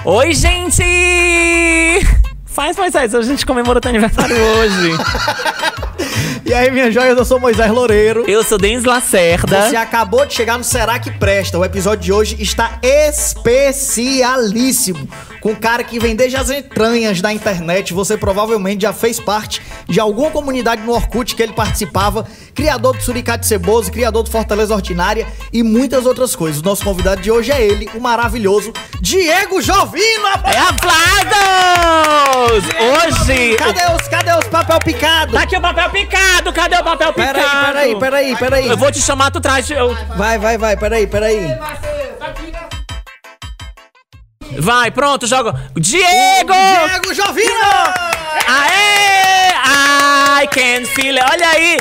Oi, gente! Faz, a gente comemora teu aniversário hoje. E aí, minhas joias, eu sou Moisés Loureiro. Eu sou Denis Lacerda. Você acabou de chegar no Será Que Presta. O episódio de hoje está especialíssimo. Com um cara que vem desde as entranhas da internet. Você provavelmente já fez parte de alguma comunidade no Orkut que ele participava. Criador do Suricate Ceboso, criador do Fortaleza Ordinária e muitas outras coisas. O nosso convidado de hoje é ele, o maravilhoso Diego Jovino. Aplausos! Hoje... Cadê os papel picado? Tá aqui o papel picado, cadê o papel picado? Peraí. Eu vou te chamar, tu traz... Vai, peraí. Vai, pronto, joga. Diego Jovino! Aê! I can feel it. Olha aí!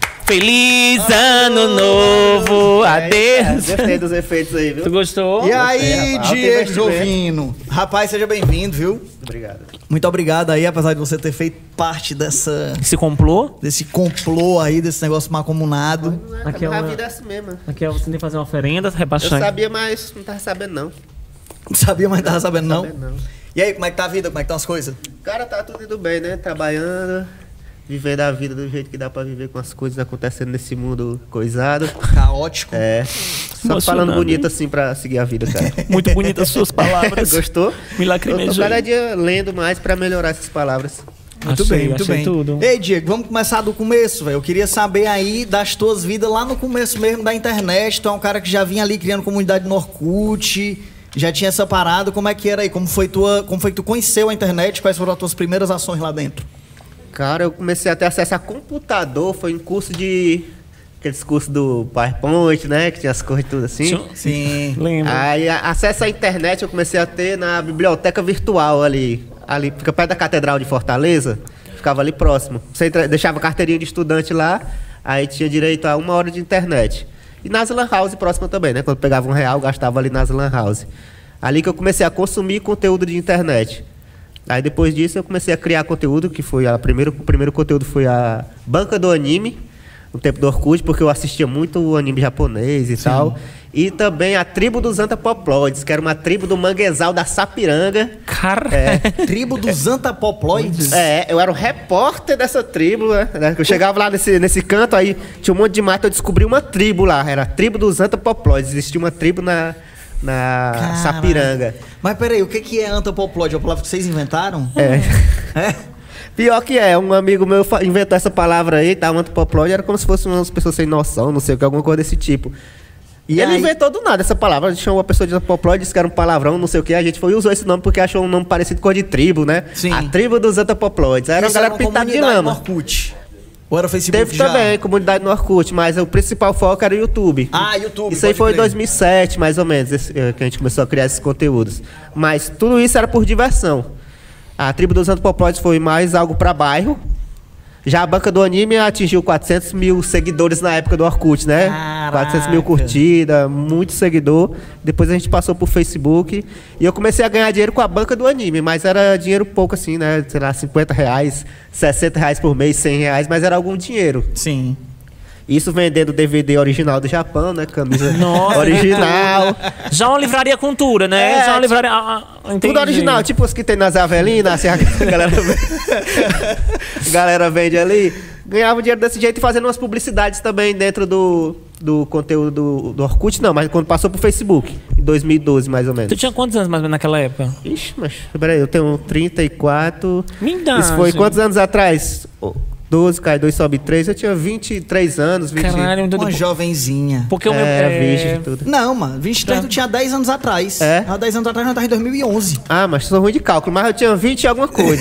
Feliz ano novo, adeus. Gostei dos efeitos aí, viu? Tu gostou? E aí, rapaz, Diego Jovino? Rapaz, seja bem-vindo, viu? Obrigado. Muito obrigado aí, apesar de você ter feito parte Esse complô? desse complô aí, desse negócio macomunado. Aqui é A uma- vida é assim mesmo. Aqui você tem que fazer uma oferenda, Eu rebaixar. sabia, mas não tava sabendo, não. Não sabia, mas não tava sabendo, não? Sabendo, não. E aí, como é que tá a vida? Como é que estão as coisas? Cara, tá tudo indo bem, né? Trabalhando, vivendo a vida do jeito que dá pra viver com as coisas acontecendo nesse mundo coisado. Caótico. É. Só Emocionante. falando bonito assim pra seguir a vida, cara. Muito bonitas as suas palavras. Gostou? Me Eu tô lacrimejei. cada dia lendo mais pra melhorar essas palavras. Muito Achei, bem, muito achei bem. tudo. Ei, Diego, vamos começar do começo, velho. Eu queria saber aí das tuas vidas lá no começo mesmo da internet. Tu é um cara que já vinha ali criando comunidade no Orkut, já tinha essa parada. Como é que era aí? Como foi que tu conheceu a internet? Quais foram as tuas primeiras ações lá dentro? Cara, eu comecei a ter acesso a computador, foi em curso de... Aqueles cursos do PowerPoint, né? Que tinha as coisas tudo assim. Sim. Lembro. Aí, acesso à internet eu comecei a ter na biblioteca virtual ali. Ali, fica perto da Catedral de Fortaleza. Ficava ali próximo. Você deixava carteirinha de estudante lá, aí tinha direito a 1 hora de internet. E nas lan house próxima também, né? Quando pegava R$1, gastava ali nas lan house. Ali que eu comecei a consumir conteúdo de internet. Aí depois disso eu comecei a criar conteúdo, que foi o primeiro conteúdo foi a Banca do Anime, no tempo do Orkut, porque eu assistia muito anime japonês e tal. E também a tribo dos Antapoploides, que era uma tribo do manguezal da Sapiranga. Cara, Tribo dos Antapoploides. Eu era o repórter dessa tribo, né? Eu chegava lá nesse canto, aí tinha um monte de mato, eu descobri uma tribo lá, era a tribo dos Antapoploides. Existia uma tribo na Caraca. Sapiranga. Mas peraí, o que é Antapoploide? É uma palavra que vocês inventaram? É. É? Pior que um amigo meu inventou essa palavra aí, tá? Um antropoploide, era como se fosse umas pessoas sem noção, não sei o que, alguma coisa desse tipo. E ele aí? inventou do nada essa palavra, a gente chamou a pessoa de antropoploide, disse que era um palavrão, não sei o que, a gente foi e usou esse nome porque achou um nome parecido com o de tribo, né? Sim. A tribo dos antropoploides. Aí era uma Isso galera uma pintada de comunidade no lama. Orkut? Ou era o Facebook Teve já? também comunidade no Orkut, mas o principal foco era o YouTube. Ah, YouTube, Isso aí pode foi em crer. 2007, mais ou menos, que a gente começou a criar esses conteúdos. Mas tudo isso era por diversão. A tribo dos Antapoploides foi mais algo para bairro. Já a Banca do Anime atingiu 400 mil seguidores na época do Orkut, né? Caraca. 400 mil curtidas, muito seguidor. Depois a gente passou pro Facebook. E eu comecei a ganhar dinheiro com a Banca do Anime, mas era dinheiro pouco assim, né? Sei lá, R$50, R$60 por mês, R$100, mas era algum dinheiro. Sim. Isso vendendo DVD original do Japão, né? Camisa Nossa, original. já uma livraria cultura, né? É, Já uma livraria... entendi. Tudo original, tipo os que tem nas Avelinas, assim, a galera vende ali. Ganhava dinheiro desse jeito e fazendo umas publicidades também dentro do conteúdo do Orkut, não, mas quando passou pro Facebook, em 2012, mais ou menos. Tu tinha quantos anos mais ou menos naquela época? Ixi, mas peraí, eu tenho 34. Me dá, Isso foi gente. quantos anos atrás? 12, cai 2, sobe 3. Eu tinha 23 anos, 20. Caralho, Uma jovenzinha. porque o meu... Era virgem e tudo. Não, mano, 23 tu tinha 10 anos atrás. É? Há 10 anos atrás nós tava em 2011. Ah, mas sou ruim de cálculo, mas eu tinha 20 e alguma coisa.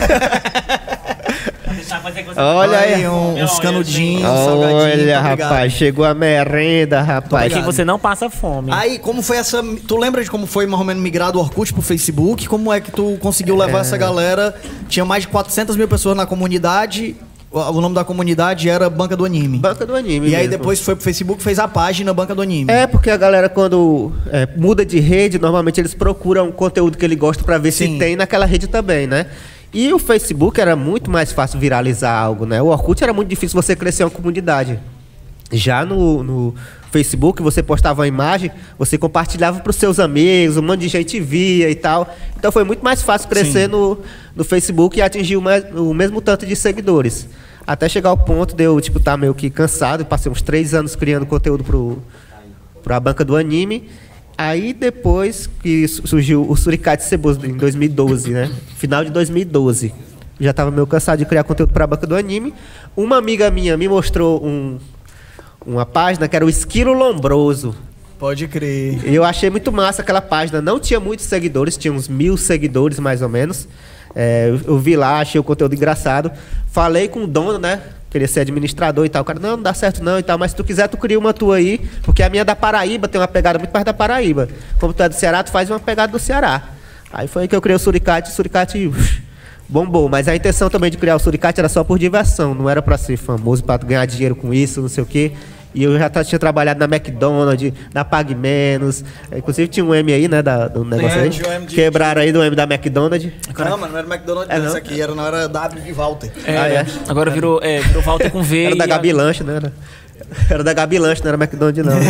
Olha aí, uns canudinhos, Olha, salgadinho. rapaz, chegou a merenda, rapaz. Aqui você não passa fome. Aí, como foi essa... Tu lembra de como foi mais ou menos migrar do Orkut pro Facebook? Como é que tu conseguiu levar essa galera? Tinha mais de 400 mil pessoas na comunidade. O nome da comunidade era Banca do Anime. Banca do Anime E aí mesmo. depois foi pro Facebook, fez a página Banca do Anime. É, porque a galera quando muda de rede, normalmente eles procuram um conteúdo que ele gosta pra ver Sim. se tem naquela rede também, né? E o Facebook era muito mais fácil viralizar algo, né? O Orkut era muito difícil você crescer uma comunidade. Já no Facebook, você postava uma imagem, você compartilhava para os seus amigos, um monte de gente via e tal. Então foi muito mais fácil crescer no Facebook e atingir o mesmo tanto de seguidores. Até chegar ao ponto de eu estar meio que cansado, passei uns 3 anos criando conteúdo para a banca do anime. Aí depois que surgiu o Suricate Ceboso em 2012, né? Final de 2012. Já estava meio cansado de criar conteúdo para a banca do anime. Uma amiga minha me mostrou uma página que era o Esquilo Lombroso. Pode crer. Eu achei muito massa aquela página. Não tinha muitos seguidores, tinha uns 1000 seguidores mais ou menos. Eu vi lá, achei o conteúdo engraçado. Falei com o dono, né? Queria ser administrador e tal. O cara, não dá certo não e tal. Mas se tu quiser, tu cria uma tua aí. Porque a minha é da Paraíba, tem uma pegada muito mais da Paraíba. Como tu é do Ceará, tu faz uma pegada do Ceará. Aí foi aí que eu criei o Suricate. O Suricate bombou. Mas a intenção também de criar o Suricate era só por diversão. Não era pra ser famoso, pra ganhar dinheiro com isso, não sei o quê. E eu já tinha trabalhado na McDonald's, na Pague Menos. Inclusive tinha um M aí, né, do negócio aí. Quebraram aí do M da McDonald's. Não, mas não era McDonald's, não. Isso aqui não era W de Walter. Agora virou Walter com V. Era da Gabi Lanche, né? Era da Gabi Lanche, não era McDonald's, não.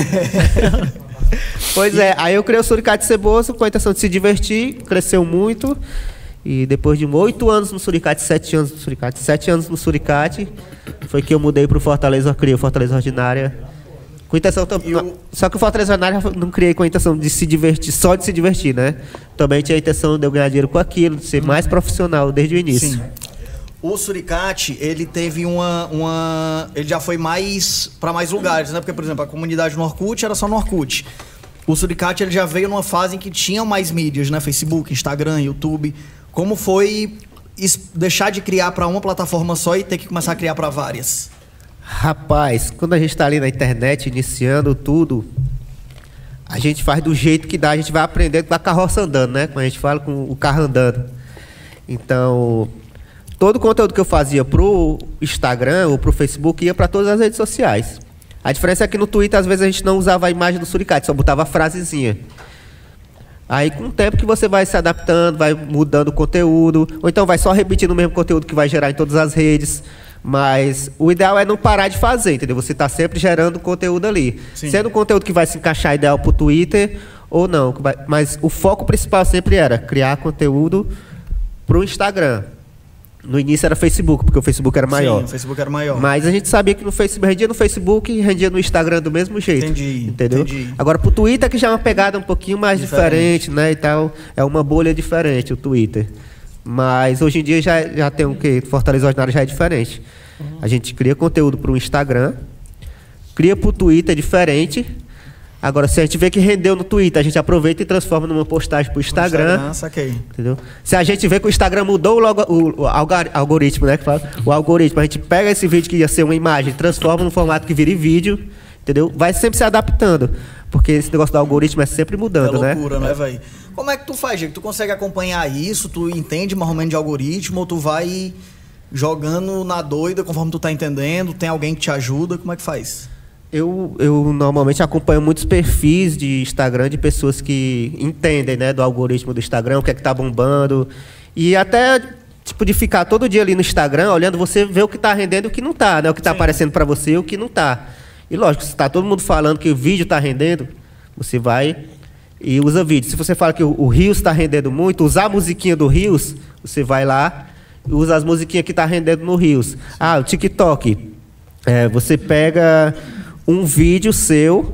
Pois é, aí eu criei o Suricate Ceboso com a intenção de se divertir, cresceu muito. E depois de 8 anos no Suricate, 7 anos no Suricate, 7 anos no Suricate, foi que eu mudei pro Fortaleza, eu criei o Fortaleza Ordinária. Com intenção só que o Fortaleza Ordinária eu não criei com a intenção de se divertir, só de se divertir, né? Também tinha a intenção de eu ganhar dinheiro com aquilo, de ser mais profissional desde o início. Sim. O Suricate, ele teve ele já foi para mais lugares, né? Porque, por exemplo, a comunidade no Orkut era só no Orkut. O Suricate, ele já veio numa fase em que tinham mais mídias, né? Facebook, Instagram, YouTube. Como foi deixar de criar para uma plataforma só e ter que começar a criar para várias? Rapaz, quando a gente está ali na internet, iniciando tudo, a gente faz do jeito que dá, a gente vai aprendendo com a carroça andando, né? Quando a gente fala com o carro andando. Então, todo o conteúdo que eu fazia pro Instagram ou pro Facebook ia para todas as redes sociais. A diferença é que no Twitter, às vezes, a gente não usava a imagem do Suricate, só botava a frasezinha. Aí, com o tempo que você vai se adaptando, vai mudando o conteúdo, ou então vai só repetindo o mesmo conteúdo que vai gerar em todas as redes. Mas o ideal é não parar de fazer, entendeu? Você está sempre gerando conteúdo ali. Sim. Sendo um conteúdo que vai se encaixar ideal para o Twitter ou não. Mas o foco principal sempre era criar conteúdo para o Instagram. No início era Facebook, porque o Facebook era maior. Sim, o Facebook era maior. Mas a gente sabia que no Facebook rendia no Facebook e rendia no Instagram do mesmo jeito. Entendeu? Entendi. Agora pro Twitter que já é uma pegada um pouquinho mais diferente, né, e tal, é uma bolha diferente o Twitter. Mas hoje em dia já tem o quê? Fortaleza Ordinária já é diferente. A gente cria conteúdo pro Instagram, cria pro Twitter diferente. Agora, se a gente vê que rendeu no Twitter, a gente aproveita e transforma numa postagem pro Instagram. Saquei. Entendeu? Se a gente vê que o Instagram mudou o algoritmo, né? Que fala, o algoritmo, a gente pega esse vídeo que ia ser uma imagem, transforma no formato que vira vídeo, entendeu? Vai sempre se adaptando. Porque esse negócio do algoritmo é sempre mudando, né? É loucura, né, velho? Como é que tu faz, gente? Tu consegue acompanhar isso? Tu entende mais ou menos de algoritmo? Ou tu vai jogando na doida conforme tu tá entendendo? Tem alguém que te ajuda? Como é que faz? Eu normalmente acompanho muitos perfis de Instagram de pessoas que entendem, né, do algoritmo do Instagram, o que é que tá bombando. E até, tipo, de ficar todo dia ali no Instagram, olhando, você vê o que tá rendendo e o que não tá, né? O que tá aparecendo para você e o que não tá. E lógico, se tá todo mundo falando que o vídeo tá rendendo, você vai e usa vídeo. Se você fala que o Reels tá rendendo muito, usar a musiquinha do Reels, você vai lá e usa as musiquinhas que tá rendendo no Reels. Ah, o TikTok. Você pega um vídeo seu,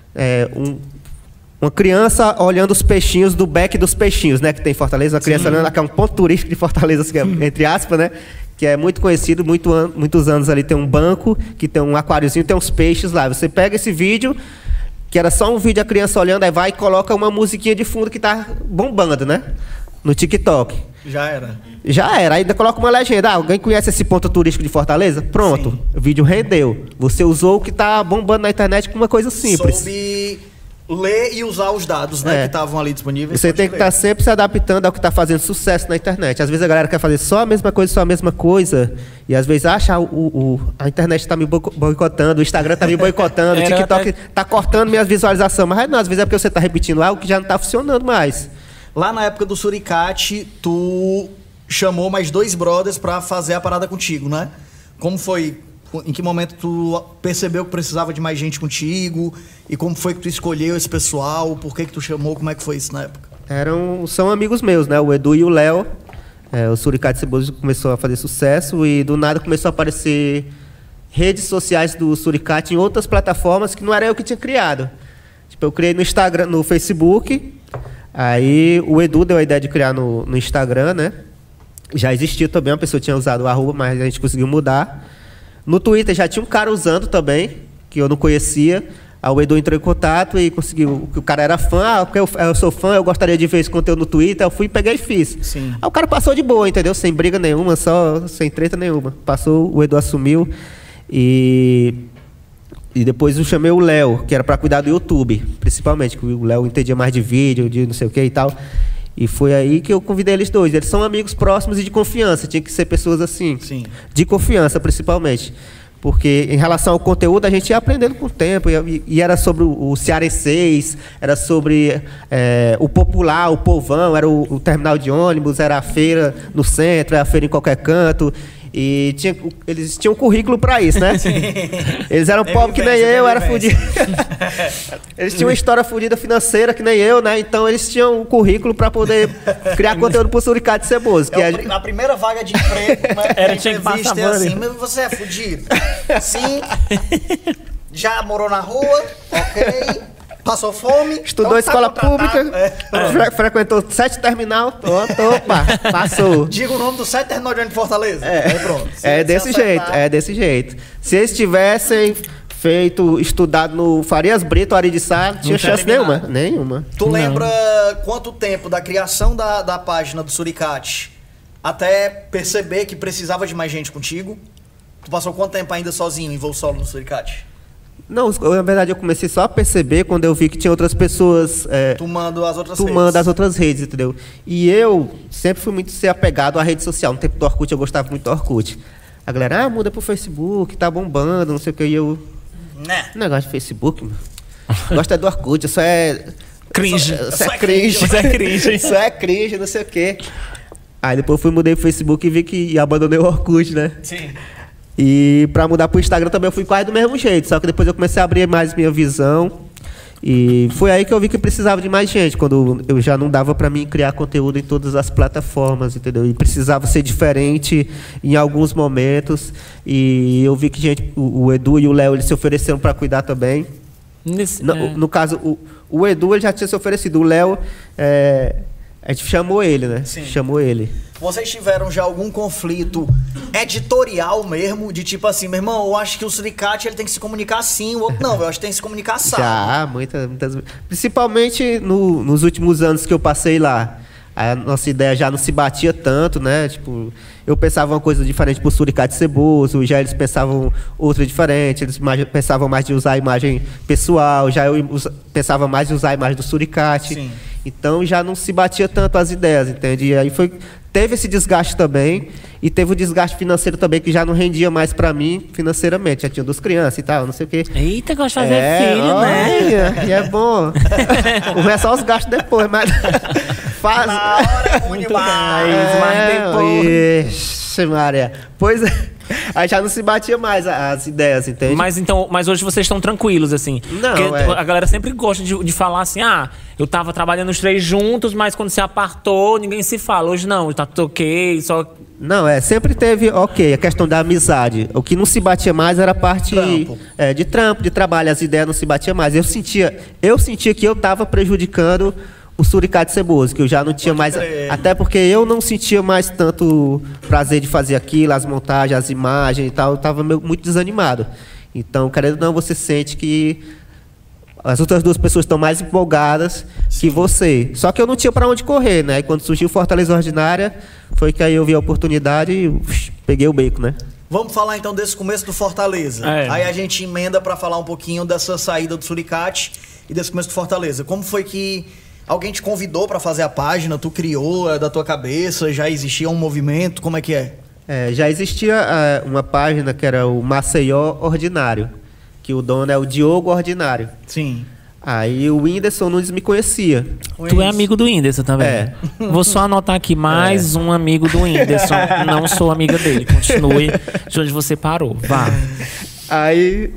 uma criança olhando os peixinhos do beck dos peixinhos, né? Que tem em Fortaleza, uma criança olhando, que é um ponto turístico de Fortaleza, que é, entre aspas, né? Que é muito conhecido, muitos anos ali tem um banco, que tem um aquáriozinho, tem uns peixes lá. Você pega esse vídeo, que era só um vídeo a criança olhando, aí vai e coloca uma musiquinha de fundo que tá bombando, né? No TikTok. Já era. Aí ainda coloca uma legenda. Alguém conhece esse ponto turístico de Fortaleza? Pronto. Sim. O vídeo rendeu. Você usou o que tá bombando na internet com uma coisa simples. Soube ler e usar os dados, né, que estavam ali disponíveis. Você tem que estar sempre se adaptando ao que está fazendo sucesso na internet. Às vezes a galera quer fazer só a mesma coisa, e às vezes acha a internet está me boicotando, o Instagram está me boicotando, o TikTok está cortando minhas visualizações. Mas não, às vezes é porque você está repetindo algo que já não está funcionando mais. Lá na época do Suricate, tu chamou mais 2 brothers pra fazer a parada contigo, né? Como foi Em que momento tu percebeu que precisava de mais gente contigo? E como foi que tu escolheu esse pessoal? Por que tu chamou? Como é que foi isso na época? São amigos meus, né? O Edu e o Léo. O Suricate Ceboso começou a fazer sucesso e do nada começou a aparecer redes sociais do Suricate em outras plataformas que não era eu que tinha criado. Tipo, eu criei no Instagram, no Facebook. Aí o Edu deu a ideia de criar no Instagram, né? Já existia também, uma pessoa tinha usado o arroba, mas a gente conseguiu mudar. No Twitter já tinha um cara usando também, que eu não conhecia. Aí o Edu entrou em contato e conseguiu, que o cara era fã, eu sou fã, eu gostaria de ver esse conteúdo no Twitter, eu fui, peguei e fiz. Sim. Aí o cara passou de boa, entendeu? Sem briga nenhuma, sem treta nenhuma. Passou, o Edu assumiu e depois eu chamei o Léo, que era para cuidar do YouTube, principalmente, que o Léo entendia mais de vídeo, de não sei o que e tal. E foi aí que eu convidei eles dois. Eles são amigos próximos e de confiança. Tinha que ser pessoas assim, Sim. de confiança, principalmente. Porque em relação ao conteúdo, a gente ia aprendendo com o tempo. E era sobre o cearenseis, era sobre o popular, o povão, era o terminal de ônibus, era a feira no centro, era a feira em qualquer canto. E eles tinham um currículo para isso, né? Eles eram pobres que nem eu, era fudido. Eles tinham uma história fodida financeira que nem eu, né? Então eles tinham um currículo para poder criar conteúdo pro Suricate Ceboso. A primeira vaga de emprego, né? Era, tinha que passar assim, mas você é fudido? Sim. Já morou na rua? Ok. Passou fome? Estudou escola pública, frequentou 7 terminal, opa, passou. Diga o nome do 7 terminal de Fortaleza. Pronto. Desse jeito. Se eles tivessem estudado no Farias Brito, Ari de Sá, não tinha chance nenhuma. Tu lembra quanto tempo da criação da página do Suricate até perceber que precisava de mais gente contigo? Tu passou quanto tempo ainda sozinho em voo solo no Suricate? Não, na verdade eu comecei só a perceber quando eu vi que tinha outras pessoas tomando as outras redes, entendeu? E eu sempre fui muito ser apegado à rede social. No tempo do Orkut eu gostava muito do Orkut. A galera, muda pro Facebook, tá bombando, não sei o que. E eu, negócio de Facebook, mano. Gosto do Orkut, isso é cringe. Isso é cringe. Isso é cringe, não sei o que. Aí depois eu mudei pro Facebook e vi que abandonei o Orkut, né? Sim. E para mudar pro Instagram também eu fui quase do mesmo jeito, só que depois eu comecei a abrir mais minha visão e foi aí que eu vi que precisava de mais gente, quando eu já não dava para mim criar conteúdo em todas as plataformas, entendeu? E precisava ser diferente em alguns momentos e eu vi que o Edu e o Léo eles se ofereceram para cuidar também. No caso, o Edu ele já tinha se oferecido, o Léo a gente chamou ele, né? Sim. Chamou ele. Vocês tiveram já algum conflito editorial mesmo? De tipo assim, meu irmão, eu acho que o Suricate ele tem que se comunicar assim, o outro não, eu acho que tem que se comunicar assado. Já, muitas. Principalmente nos últimos anos que eu passei lá. A nossa ideia já não se batia tanto, né? Tipo, eu pensava uma coisa diferente pro Suricate Ceboso, já eles pensavam outra diferente, eles pensavam mais de usar a imagem pessoal, já eu pensava mais de usar a imagem do Suricate. Sim. Então já não se batia tanto as ideias, entende? E aí teve esse desgaste também, e teve o desgaste financeiro também, que já não rendia mais para mim financeiramente, já tinha 2 crianças e tal, não sei o quê. Eita, gosta de fazer filho, né? E é bom. É só os gastos depois, mas... Na hora é bom demais, mas depois... Ixi, Maria. Pois é. Aí já não se batia mais as ideias, entende? Mas hoje vocês estão tranquilos, assim. Não, porque a galera sempre gosta de falar assim, eu tava trabalhando os 3 juntos, mas quando se apartou, ninguém se fala. Hoje não, tá tudo ok, só... Não, sempre teve, a questão da amizade. O que não se batia mais era a parte de trampo, de trabalho, as ideias não se batiam mais. Eu sentia que eu estava prejudicando o Suricate Ceboso, que eu já não tinha mais... Até porque eu não sentia mais tanto prazer de fazer aquilo, as montagens, as imagens e tal, eu estava muito desanimado. Então, querendo ou não, você sente que as outras 2 pessoas estão mais empolgadas que você. Só que eu não tinha para onde correr, né? E quando surgiu Fortaleza Ordinária, foi que aí eu vi a oportunidade e peguei o beco, né? Vamos falar então desse começo do Fortaleza. Aí a gente emenda para falar um pouquinho dessa saída do Suricate e desse começo do Fortaleza. Como foi que alguém te convidou para fazer a página? Tu criou da tua cabeça? Já existia um movimento? Como é que é? Já existia uma página que era o Maceió Ordinário, que o dono é o Diogo Ordinário. Sim. Aí o Whindersson Nunes me conhecia. Tu é amigo do Whindersson também? É. Vou só anotar aqui mais um amigo do Whindersson. Não sou amiga dele. Continue de onde você parou. Vá. Aí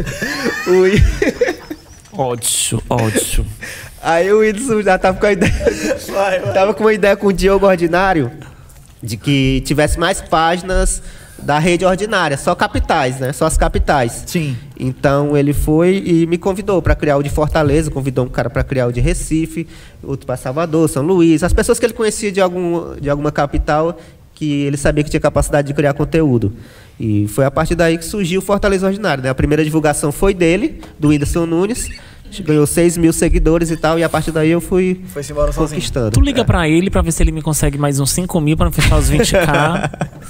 Ódio. Aí o Whindersson já tava com a ideia. Tava com uma ideia com o Diogo Ordinário de que tivesse mais páginas da rede ordinária, só capitais, né? Só as capitais. Sim. Então ele foi e me convidou para criar o de Fortaleza, convidou um cara para criar o de Recife, outro para Salvador, São Luís, as pessoas que ele conhecia de alguma capital que ele sabia que tinha capacidade de criar conteúdo. E foi a partir daí que surgiu o Fortaleza Ordinário, né? A primeira divulgação foi dele, do Whindersson Nunes. Ganhou 6 mil seguidores e tal, e a partir daí eu fui conquistando. Tu liga pra ele pra ver se ele me consegue mais uns 5 mil pra não fechar os 20k.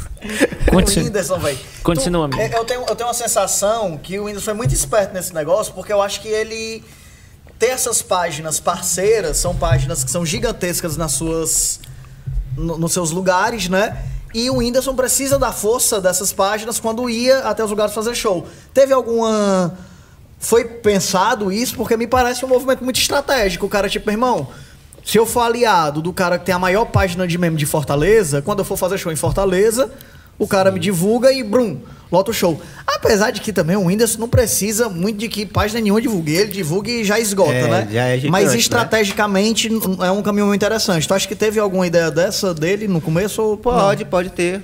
O Whindersson, velho. Continua, amigo. Eu tenho uma sensação que o Whindersson foi muito esperto nesse negócio, porque eu acho que ele tem essas páginas parceiras, são páginas que são gigantescas nos seus lugares, né? E o Whindersson precisa da força dessas páginas quando ia até os lugares fazer show. Teve alguma... Foi pensado isso porque me parece um movimento muito estratégico. O cara, tipo, meu irmão, se eu for aliado do cara que tem a maior página de meme de Fortaleza, quando eu for fazer show em Fortaleza, o cara me divulga e brum, lota o show. Apesar de que também o Whindersson não precisa muito de que página nenhuma divulgue. Ele divulga e já esgota, né? Já é gigante, mas estrategicamente, né? É um caminho muito interessante. Tu acha que teve alguma ideia dessa dele no começo? Ou pode ter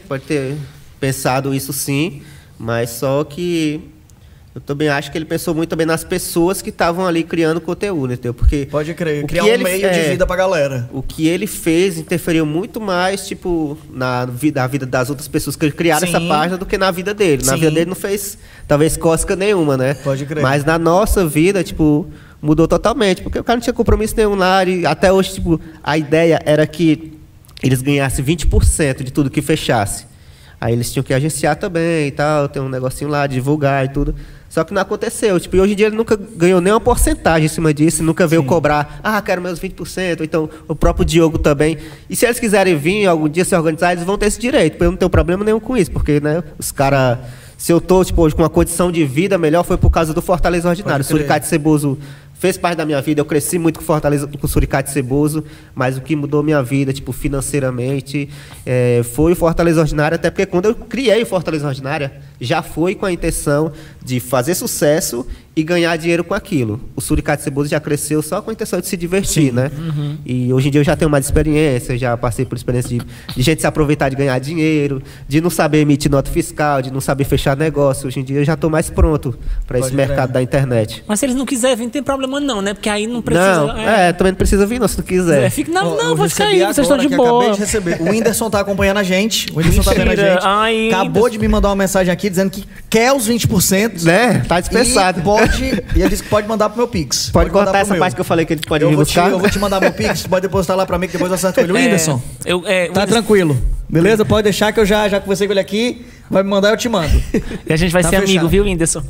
pensado isso sim, mas só que eu também acho que ele pensou muito bem nas pessoas que estavam ali criando conteúdo, entendeu? Porque pode crer, criar um meio de vida pra galera. O que ele fez interferiu muito mais, tipo, na vida das outras pessoas que criaram essa página do que na vida dele. Na vida dele não fez, talvez, cócega nenhuma, né? Pode crer. Mas na nossa vida, tipo, mudou totalmente. Porque o cara não tinha compromisso nenhum lá. E até hoje, tipo, a ideia era que eles ganhassem 20% de tudo que fechasse. Aí eles tinham que agenciar também e tal, ter um negocinho lá, divulgar e tudo. Só que não aconteceu. Tipo, e hoje em dia ele nunca ganhou nem uma porcentagem em cima disso, nunca veio cobrar, quero meus 20%, ou então o próprio Diogo também. E se eles quiserem vir algum dia se organizar, eles vão ter esse direito, porque eu não tenho problema nenhum com isso, porque, né, os caras... Se eu tô, tipo, hoje com uma condição de vida melhor, foi por causa do Fortaleza Ordinário. O Suricate Ceboso fez parte da minha vida, eu cresci muito com Fortaleza, com o Suricate Ceboso, mas o que mudou minha vida, tipo, financeiramente, foi o Fortaleza Ordinário, até porque quando eu criei o Fortaleza Ordinária, já foi com a intenção de fazer sucesso e ganhar dinheiro com aquilo. O Suricate Ceboso já cresceu só com a intenção de se divertir, né? Uhum. E hoje em dia eu já tenho mais experiência, já passei por experiência de gente se aproveitar de ganhar dinheiro, de não saber emitir nota fiscal, de não saber fechar negócio. Hoje em dia eu já estou mais pronto para esse mercado da internet. Mas se eles não quiserem vir, não tem problema não, né? Porque aí não precisa... Não, também não precisa vir não, se não quiser. Vou ficar aí, vocês estão de boa. Acabei de receber. O Whindersson tá acompanhando a gente. O Whindersson tá vendo a gente. Ai, acabou de me mandar uma mensagem aqui dizendo que quer os 20%. Né? Tá dispensado. E ele disse que pode mandar pro meu Pix. Pode cortar essa parte que eu falei que ele pode vir buscar. Eu vou te mandar meu Pix, pode depositar lá pra mim que depois eu acerto com ele. Whindersson, tá tranquilo. Beleza? Pode deixar que eu já conversei com ele aqui. Vai me mandar, eu te mando. E a gente vai ser amigo, viu, Whindersson?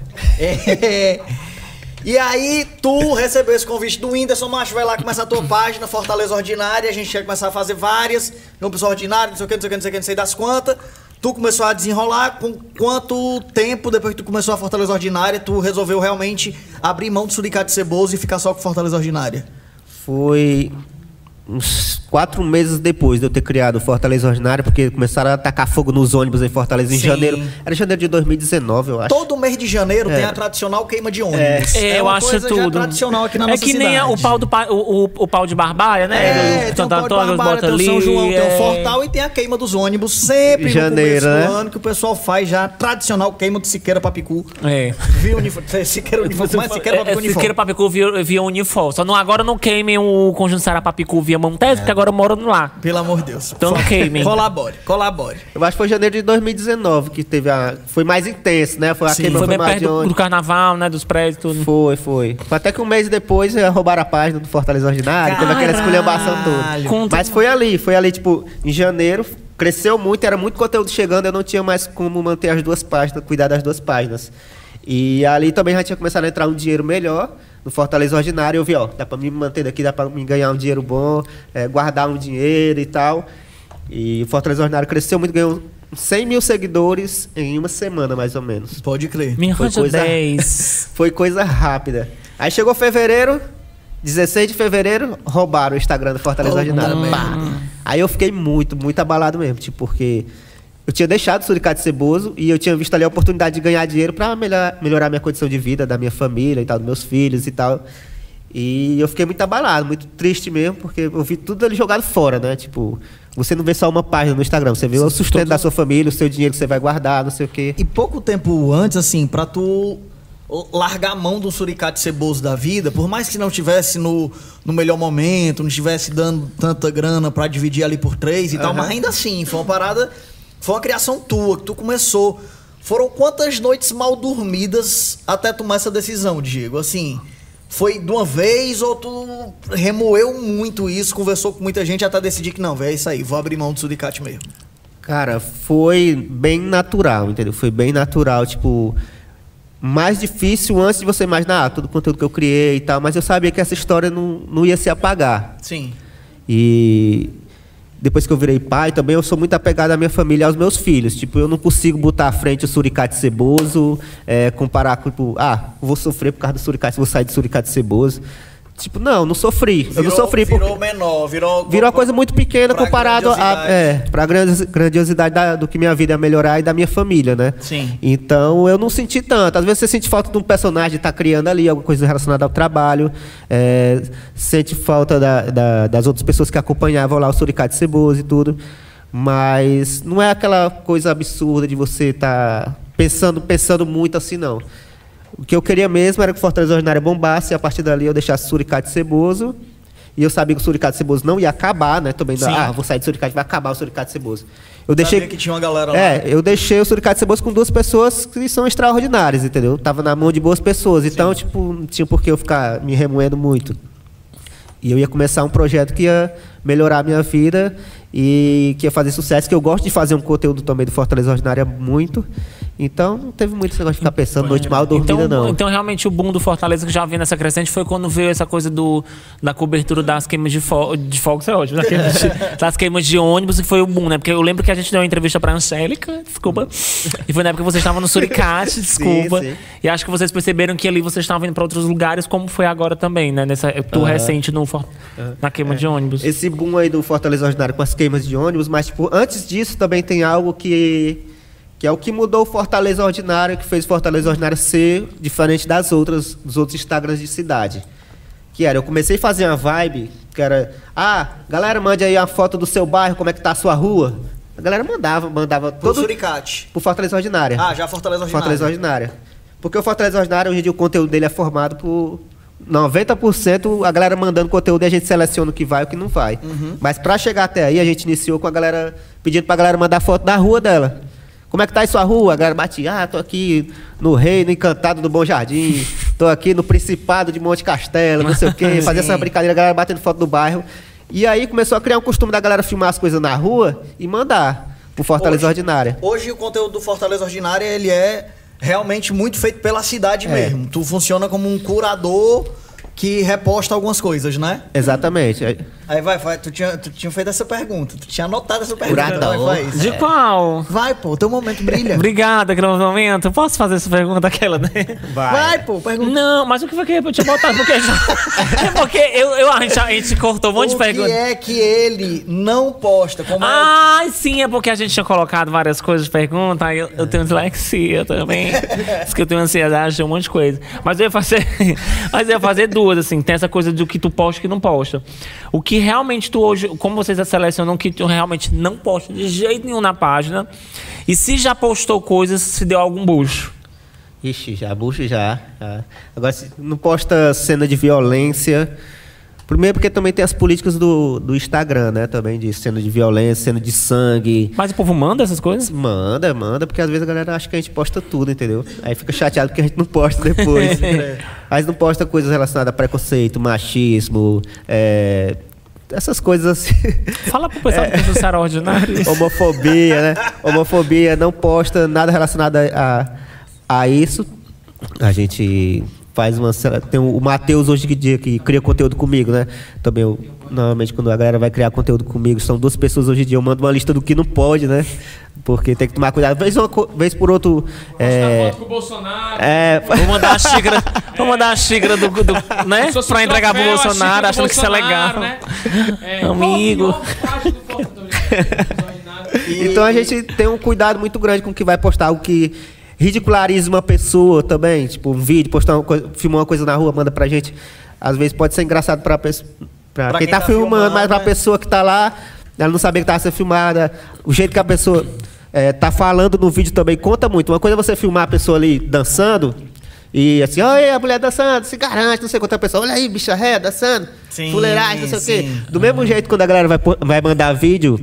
E aí, tu recebeu esse convite do Whindersson, macho, vai lá começar a tua página, Fortaleza Ordinária, a gente ia começar a fazer várias, João Pessoa Ordinária, não sei o que, não sei das quantas. Tu começou a desenrolar, com quanto tempo depois que tu começou a Fortaleza Ordinária, tu resolveu realmente abrir mão do Suricate Ceboso e ficar só com Fortaleza Ordinária? Foi uns 4 meses depois de eu ter criado o Fortaleza Ordinária, porque começaram a tacar fogo nos ônibus em Fortaleza em janeiro. Era janeiro de 2019, eu acho. Todo mês de janeiro tem a tradicional queima de ônibus. Eu uma acho coisa tudo. Já tradicional aqui na nossa cidade. É que nem o pau de Barbalha, né? Tem o pau de Barbalha, tem o São João, tem o Fortal e tem a queima dos ônibus sempre janeiro, no começo do ano, que o pessoal faz já tradicional queima de Siqueira Papicu. Via Unifor. Siqueira Unifor, mas Siqueira Papicu Unifor. Siqueira Papicu via Unifor. Só agora não queimem o Conjunto Ceará Papicu via Montes, porque agora eu moro lá. Pelo amor de Deus. Então queimem. Colabore. Eu acho que foi janeiro de 2019 que teve foi mais intenso, né? Foi a queima, foi bem perto do carnaval, né? Dos prédios, tudo. Foi. Até que um mês depois roubaram a página do Fortaleza Ordinário, teve aquela esculhambação toda. Mas foi ali, tipo, em janeiro, cresceu muito, era muito conteúdo chegando, eu não tinha mais como manter as duas páginas, cuidar das duas páginas. E ali também já tinha começado a entrar um dinheiro melhor no Fortaleza Ordinário. Eu vi, dá pra me manter daqui, dá pra me ganhar um dinheiro bom, guardar um dinheiro e tal. E o Fortaleza Ordinário cresceu muito, ganhou 100 mil seguidores em uma semana, mais ou menos. Pode crer. Me arranja 10. Foi coisa rápida. Aí chegou fevereiro, 16 de fevereiro, roubaram o Instagram do Fortaleza Ordinária. Aí eu fiquei muito abalado mesmo, tipo, porque eu tinha deixado o Suricate Ceboso e eu tinha visto ali a oportunidade de ganhar dinheiro pra melhorar minha condição de vida, da minha família e tal, dos meus filhos e tal. E eu fiquei muito abalado, muito triste mesmo, porque eu vi tudo ali jogado fora, né? Tipo, você não vê só uma página no Instagram, você vê o sustento da sua família, o seu dinheiro que você vai guardar, não sei o quê. E pouco tempo antes, assim, pra tu largar a mão do Suricate Ceboso da vida, por mais que não estivesse no melhor momento, não estivesse dando tanta grana pra dividir ali por 3 e tal, mas ainda assim, foi uma parada, foi uma criação tua, que tu começou. Foram quantas noites mal dormidas até tomar essa decisão, Diego? Assim, foi de uma vez ou tu remoeu muito isso, conversou com muita gente até decidir que não, velho, é isso aí, vou abrir mão do Suricate mesmo? Cara, foi bem natural, entendeu? Foi bem natural, tipo, mais difícil antes de você imaginar todo o conteúdo que eu criei e tal, mas eu sabia que essa história não ia se apagar. Sim. E depois que eu virei pai, também eu sou muito apegado à minha família e aos meus filhos. Tipo, eu não consigo botar à frente o Suricate Ceboso, comparar com, tipo, vou sofrer por causa do Suricate, vou sair do Suricate Ceboso. Tipo, não sofri. Eu não sofri porque virou menor, virou uma coisa muito pequena comparado pra grandiosidade do que minha vida ia melhorar e da minha família, né? Sim. Então eu não senti tanto. Às vezes você sente falta de um personagem estar criando ali alguma coisa relacionada ao trabalho, sente falta das outras pessoas que acompanhavam lá o Suricate Ceboso e tudo, mas não é aquela coisa absurda de você estar pensando muito assim, não. O que eu queria mesmo era que o Fortaleza Ordinária bombasse e a partir dali eu deixasse o Suricate Ceboso. E eu sabia que o Suricate Ceboso não ia acabar, né? Também, vou sair do Suricate, vai acabar o Suricate Ceboso. Sabia que tinha uma galera lá. Eu deixei o Suricate Ceboso com 2 pessoas que são extraordinárias, entendeu? Tava na mão de boas pessoas. Então, tipo, não tinha por que eu ficar me remoendo muito. E eu ia começar um projeto que ia melhorar a minha vida e que ia fazer sucesso, que eu gosto de fazer um conteúdo também do Fortaleza Ordinária muito. Então, não teve muito esse negócio de ficar pensando noite mal dormida, não. Então, realmente, o boom do Fortaleza que já vinha nessa crescente foi quando veio essa coisa da cobertura das queimas de fogos, é ótimo, das queimas de ônibus, que foi o boom, né? Porque eu lembro que a gente deu uma entrevista pra Angélica, desculpa, e foi na época que vocês estavam no Suricate, desculpa, sim. E acho que vocês perceberam que ali vocês estavam indo pra outros lugares, como foi agora também, né? Nessa tour recente na queima de ônibus. Esse boom aí do Fortaleza Ordinário com as queimas de ônibus, mas, tipo, antes disso também tem algo que é o que mudou o Fortaleza Ordinário, que fez o Fortaleza Ordinário ser diferente dos outros Instagrams de cidade. Que era, eu comecei a fazer uma vibe, que era, galera, mande aí a foto do seu bairro, como é que tá a sua rua. A galera mandava todo... Pro Suricate. Pro Fortaleza Ordinária. Já Fortaleza Ordinária. Fortaleza Ordinária. Porque o Fortaleza Ordinário, hoje em dia, o conteúdo dele é formado por 90% a galera mandando conteúdo e a gente seleciona o que vai e o que não vai. Mas pra chegar até aí, a gente iniciou com a galera, pedindo pra galera mandar foto da rua dela. Como é que tá aí sua rua? A galera bate, tô aqui no Reino Encantado do Bom Jardim, tô aqui no Principado de Monte Castelo, não sei o quê, fazer essa brincadeira, a galera batendo foto do bairro. E aí começou a criar um costume da galera filmar as coisas na rua e mandar pro Fortaleza Ordinária. Hoje o conteúdo do Fortaleza Ordinária, ele é realmente muito feito pela cidade mesmo. Tu funciona como um curador que reposta algumas coisas, né? Exatamente. Aí vai, tu tinha feito essa pergunta, tu tinha anotado essa pergunta. Curador. De qual? Vai, pô, teu momento brilha. Obrigada, aquele momento. Posso fazer essa pergunta aquela, né? Vai, pô, pergunta. Não, mas o que foi que eu tinha botado? Porque, porque a gente cortou um monte de perguntas. O que é que ele não posta? Como Sim, é porque a gente tinha colocado várias coisas de pergunta, aí eu tenho dislexia também. Diz que eu tenho ansiedade, tem um monte de coisa. Mas eu ia fazer duas, assim. Tem essa coisa do que tu posta e que não posta. O que realmente tu hoje, como vocês selecionam que tu realmente não posta de jeito nenhum na página, e se já postou coisas, se deu algum bucho? Ixi, bucho já. Agora, se não posta cena de violência. Primeiro porque também tem as políticas do Instagram, né? Também de cena de violência, cena de sangue. Mas o povo manda essas coisas? Manda, porque às vezes a galera acha que a gente posta tudo, entendeu? Aí fica chateado porque a gente não posta depois. Mas não posta coisas relacionadas a preconceito, machismo, essas coisas assim. Fala pro pessoal que é extraordinário. Homofobia, né? Homofobia, não posta nada relacionado a isso. A gente faz uma... Tem o Matheus hoje em dia que cria conteúdo comigo, né? Também normalmente quando a galera vai criar conteúdo comigo, são 2 pessoas hoje em dia, eu mando uma lista do que não pode, né? Porque tem que tomar cuidado. Vez por outro... Foto com o Bolsonaro. Vou mandar a xícara do né? Pra entregar pro Bolsonaro, achando que isso é legal. Né? Amigo. Então a gente tem um cuidado muito grande com o que vai postar, o que ridiculariza uma pessoa também, tipo um vídeo, postar filmar uma coisa na rua, manda pra gente. Às vezes pode ser engraçado pra quem tá filmando, mas pra pessoa que tá lá, ela não sabia que tava sendo filmada. O jeito que a pessoa tá falando no vídeo também conta muito. Uma coisa é você filmar a pessoa ali dançando e assim, olha a mulher dançando, se garante, não sei quanta pessoa, olha aí, bicha ré, dançando, fuleiragem, não sei o quê. Do mesmo jeito, quando a galera vai mandar vídeo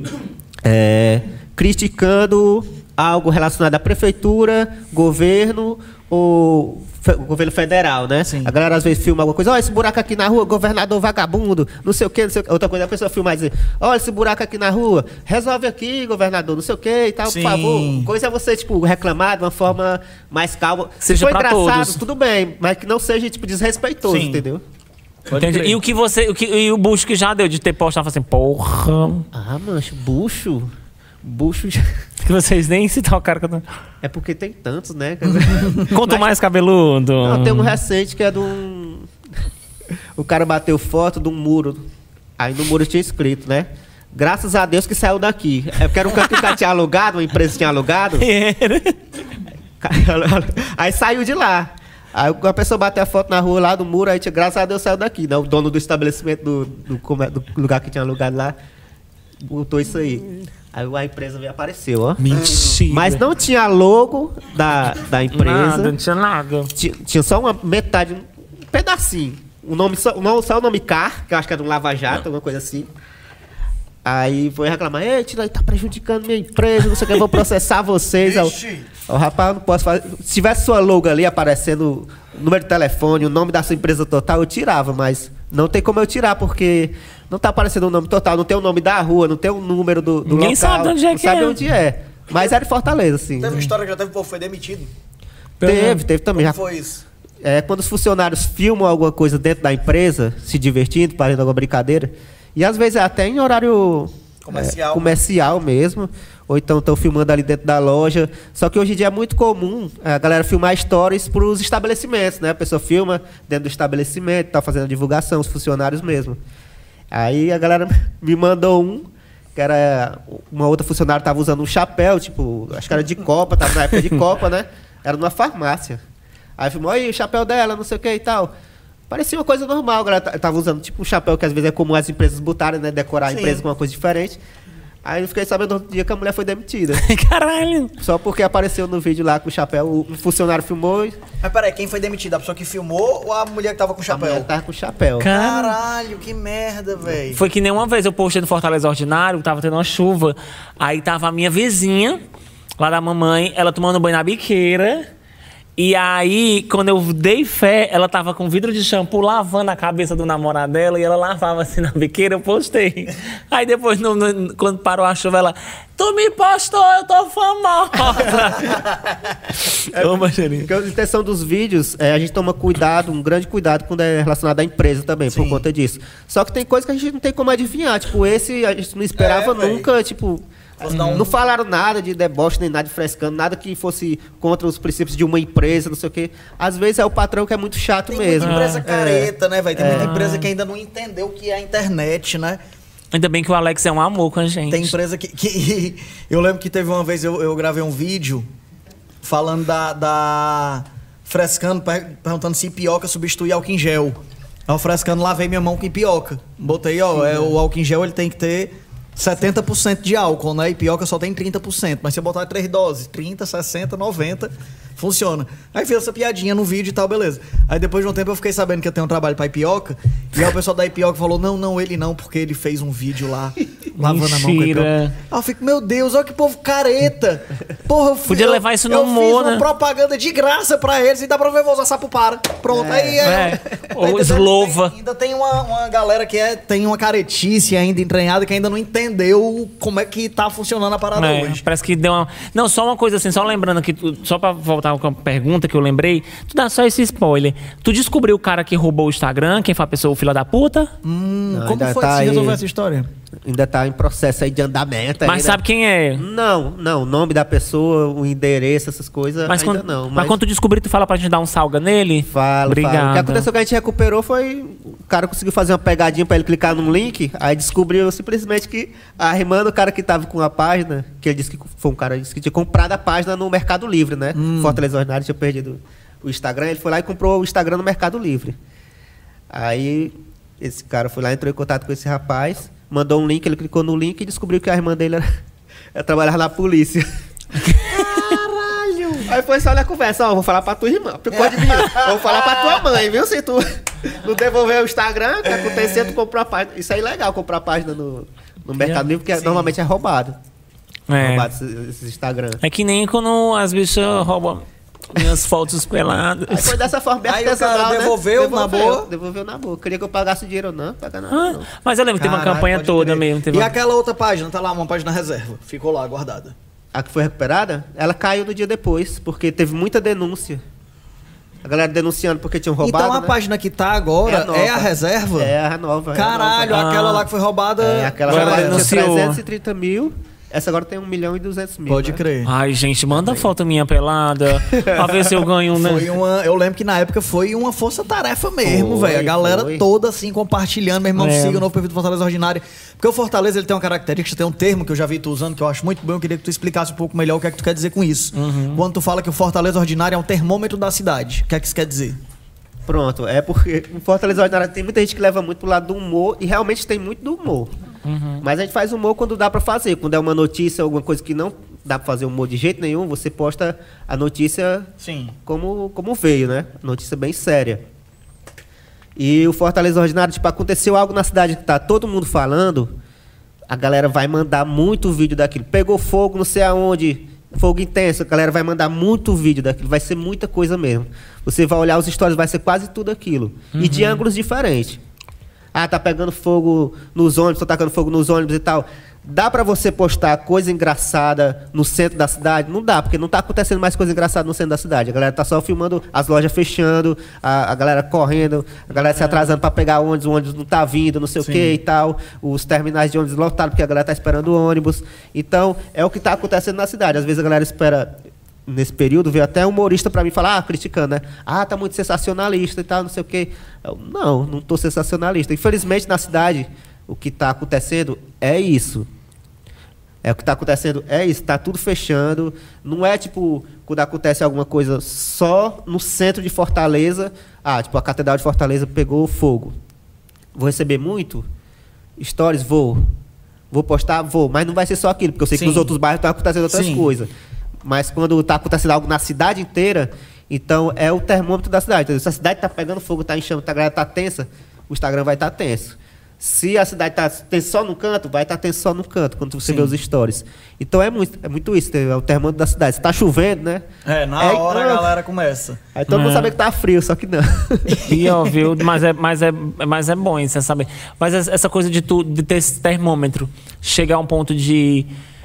criticando algo relacionado à prefeitura, governo ou governo federal, né? Sim. A galera às vezes filma alguma coisa, olha esse buraco aqui na rua, governador vagabundo, não sei o quê, não sei o quê. Outra coisa, a pessoa filmar e dizer, olha esse buraco aqui na rua, resolve aqui, governador, não sei o quê e tal, Sim. por favor. Coisa é você, tipo, reclamar de uma forma mais calma. Se for engraçado, todos. Tudo bem, mas que não seja, tipo, desrespeitoso, Sim. entendeu? E o bucho que já deu de ter postado, assim, porra. Ah, mancho, bucho que vocês nem se tocaram. É porque tem tantos, né? Quanto mais cabeludo. Não, tem um recente que é de o cara bateu foto de um muro. Aí no muro tinha escrito, né? Graças a Deus que saiu daqui. É porque era um canto que o cara tinha alugado, uma empresa tinha alugado. Aí saiu de lá. Aí a pessoa bateu a foto na rua lá do muro, aí tinha, graças a Deus saiu daqui. Né? O dono do estabelecimento do lugar que tinha alugado lá botou isso aí. Aí a empresa veio apareceu, ó. Mentira. Mas não tinha logo da empresa. Nada, não tinha nada. Tinha só uma metade, um pedacinho. Só o nome CAR, que eu acho que era um lava-jato, alguma coisa assim. Aí foi reclamar, ei, tira aí, tá prejudicando minha empresa, não sei o que, eu vou processar vocês. O rapaz, eu não posso fazer. Se tivesse sua logo ali aparecendo, o número de telefone, o nome da sua empresa total, eu tirava, mas não tem como eu tirar, porque não tá aparecendo o nome total, não tem o nome da rua, não tem o número do Ninguém local. sabe onde é que sabe onde é. Mas era em Fortaleza, assim. Teve uma história que já teve, o povo foi demitido. Teve também. Como foi isso? Quando os funcionários filmam alguma coisa dentro da empresa, se divertindo, fazendo alguma brincadeira, e às vezes é até em horário comercial mesmo, ou então estão filmando ali dentro da loja. Só que hoje em dia é muito comum a galera filmar stories para os estabelecimentos, né? A pessoa filma dentro do estabelecimento, está fazendo a divulgação, os funcionários mesmo. Aí a galera me mandou que era uma outra funcionária estava usando um chapéu, tipo, acho que era de Copa, estava na época de Copa, né? Era numa farmácia. Aí filmou, aí o chapéu dela, não sei o que e tal. Parecia uma coisa normal, a galera tava usando tipo um chapéu que às vezes é comum as empresas botarem, né? Decorar a empresa com uma coisa diferente. Aí eu fiquei sabendo no outro dia que a mulher foi demitida. Caralho! Só porque apareceu no vídeo lá com o chapéu, o funcionário filmou e... Mas peraí, quem foi demitido? A pessoa que filmou ou a mulher que tava com o chapéu? A mulher tava com o chapéu. Caralho, que merda, velho. Foi que nem uma vez eu postei no Fortaleza Ordinário, tava tendo uma chuva. Aí tava a minha vizinha, lá da mamãe, ela tomando banho na biqueira. E aí, quando eu dei fé, ela tava com vidro de shampoo lavando a cabeça do namorado dela e ela lavava assim na biqueira, eu postei. Aí depois, quando parou a chuva, ela... Tu me postou, eu tô famosa. Porque a intenção dos vídeos, a gente toma cuidado, um grande cuidado quando é relacionado à empresa também, Sim. por conta disso. Só que tem coisas que a gente não tem como adivinhar. Tipo, esse a gente não esperava nunca, tipo... Não falaram nada de deboche, nem nada de frescando, nada que fosse contra os princípios de uma empresa, não sei o quê. Às vezes é o patrão que é muito chato tem mesmo. Tem muita empresa careta, né, velho? Tem muita empresa que ainda não entendeu o que é a internet, né? Ainda bem que o Alex é um amor com a gente. Tem empresa que eu lembro que teve uma vez, eu gravei um vídeo falando frescando, perguntando se Ipioca substitui álcool em gel. Aí eu frescando, lavei minha mão com Ipioca. Botei, o álcool em gel ele tem que ter 70% de álcool, né? E Ipioca só tem 30%. Mas se eu botar 3 doses, 30, 60, 90, funciona. Aí fiz essa piadinha no vídeo e tal, beleza. Aí depois de um tempo eu fiquei sabendo que eu tenho um trabalho pra Ipioca. E aí o pessoal da Ipioca falou, não, ele não, porque ele fez um vídeo lá, lavando a mão com a Ipioca. Aí eu fico, meu Deus, olha que povo careta. Porra, podia levar isso no humor, Eu fiz né? uma propaganda de graça pra eles e dá pra ver, vou usar sapo para. Pronto, Ou Slova. Ainda tem uma galera que tem uma caretice ainda entranhada que ainda não entendeu como é que tá funcionando a parada hoje. Parece que deu uma... Não, só uma coisa assim, só lembrando aqui, só pra voltar tava com uma pergunta que eu lembrei. Tu dá só esse spoiler. Tu descobriu o cara que roubou o Instagram, quem foi a pessoa, o filho da puta? Como ainda foi tá que se aí. resolveu essa história? Ainda tá em processo aí de andamento. Mas ainda. sabe quem é? Não, o nome da pessoa, o endereço, essas coisas, Mas ainda quando, não. mas quando tu descobrir, tu fala pra gente dar um salga nele? Fala. Obrigado. O que aconteceu que a gente recuperou foi... O cara conseguiu fazer uma pegadinha pra ele clicar num link, aí descobriu simplesmente que a irmã do cara que tava com a página, que ele disse que foi um cara disse que tinha comprado a página no Mercado Livre, né? Fortaleza Ordinária tinha perdido o Instagram, ele foi lá e comprou o Instagram no Mercado Livre. Aí esse cara foi lá, entrou em contato com esse rapaz, mandou um link, ele clicou no link e descobriu que a irmã dele ela trabalhava na polícia. Caralho! Aí foi só na conversa, ó, vou falar pra tua irmã, vou falar pra tua mãe, viu? Se tu não devolver o Instagram, o que acontecer, tu comprou a página. Isso é ilegal, comprar a página no Mercado Livre, porque normalmente é roubado. Roubado esses Instagram. É que nem quando as bichas roubam minhas fotos peladas. Aí foi dessa forma bem Aí o artesanal, cara né? devolveu na boa? Devolveu na boa. Queria que eu pagasse o dinheiro ou não, paga nada não. Mas eu lembro que teve uma Caralho, campanha pode toda crer. mesmo. Teve E uma... aquela outra página, tá lá, uma página reserva. Ficou lá, guardada. A que foi recuperada, ela caiu no dia depois, porque teve muita denúncia. A galera denunciando porque tinham roubado, Então a né? página que tá agora nova. é a reserva? É a nova. Caralho, é a nova. aquela lá que foi roubada... É, aquela Agora roubada tinha denunciou. 330 mil, essa agora tem 1.200.000. Pode né? crer. Ai, gente, manda foto minha pelada pra ver se eu ganho, né? Eu lembro que na época foi uma força-tarefa mesmo, Foi, velho. A galera foi. toda assim compartilhando, meu irmão, É. siga o novo perfil do Fortaleza Ordinária. Porque o Fortaleza ele tem uma característica, tem um termo que eu já vi tu usando, que eu acho muito bom. Eu queria que tu explicasse um pouco melhor o que é que tu quer dizer com isso. Quando tu fala que o Fortaleza Ordinária é um termômetro da cidade, o que é que isso quer dizer? Pronto, é porque em Fortaleza Ordinária tem muita gente que leva muito pro lado do humor, e realmente tem muito do humor. Mas a gente faz humor quando dá pra fazer. Quando é uma notícia, alguma coisa que não dá pra fazer humor de jeito nenhum, você posta a notícia Sim. como veio, né? Notícia bem séria. E o Fortaleza Ordinário, tipo, aconteceu algo na cidade que tá todo mundo falando, a galera vai mandar muito vídeo daquilo. Pegou fogo não sei aonde, fogo intenso, a galera vai mandar muito vídeo daquilo, vai ser muita coisa mesmo. Você vai olhar os stories, vai ser quase tudo aquilo. E de ângulos diferentes. Ah, tá pegando fogo nos ônibus, tô tacando fogo nos ônibus e tal. Dá pra você postar coisa engraçada no centro da cidade? Não dá, porque não tá acontecendo mais coisa engraçada no centro da cidade. A galera tá só filmando as lojas fechando, a galera correndo, a galera se atrasando pra pegar ônibus, o ônibus não tá vindo, não sei o que e tal. Os terminais de ônibus lotados, porque a galera tá esperando o ônibus. Então, é o que tá acontecendo na cidade. Às vezes a galera espera... Nesse período, veio até um humorista pra mim falar, criticando, né? Ah, tá muito sensacionalista e tal, não sei o quê. Eu, não tô sensacionalista. Infelizmente, na cidade, o que tá acontecendo é isso. O que tá acontecendo é isso, tá tudo fechando. Não é tipo, quando acontece alguma coisa só no centro de Fortaleza. Ah, tipo, a Catedral de Fortaleza pegou fogo. Vou receber muito? Stories? Vou. Vou postar? Vou. Mas não vai ser só aquilo, porque eu sei que nos outros bairros estão acontecendo outras coisas. Mas quando está acontecendo algo na cidade inteira, então é o termômetro da cidade. Então, se a cidade está pegando fogo, está enchendo, a galera está tensa, o Instagram vai estar tenso. Se a cidade está tensa só no canto, vai estar tenso só no canto, quando você vê os stories. Então é muito isso, é o termômetro da cidade. Se está chovendo, né? Na hora a galera começa. Aí todo mundo sabe que tá frio, só que não. E ó, viu? Mas é bom isso, você sabe. Mas essa coisa de ter esse termômetro, chegar a um ponto de...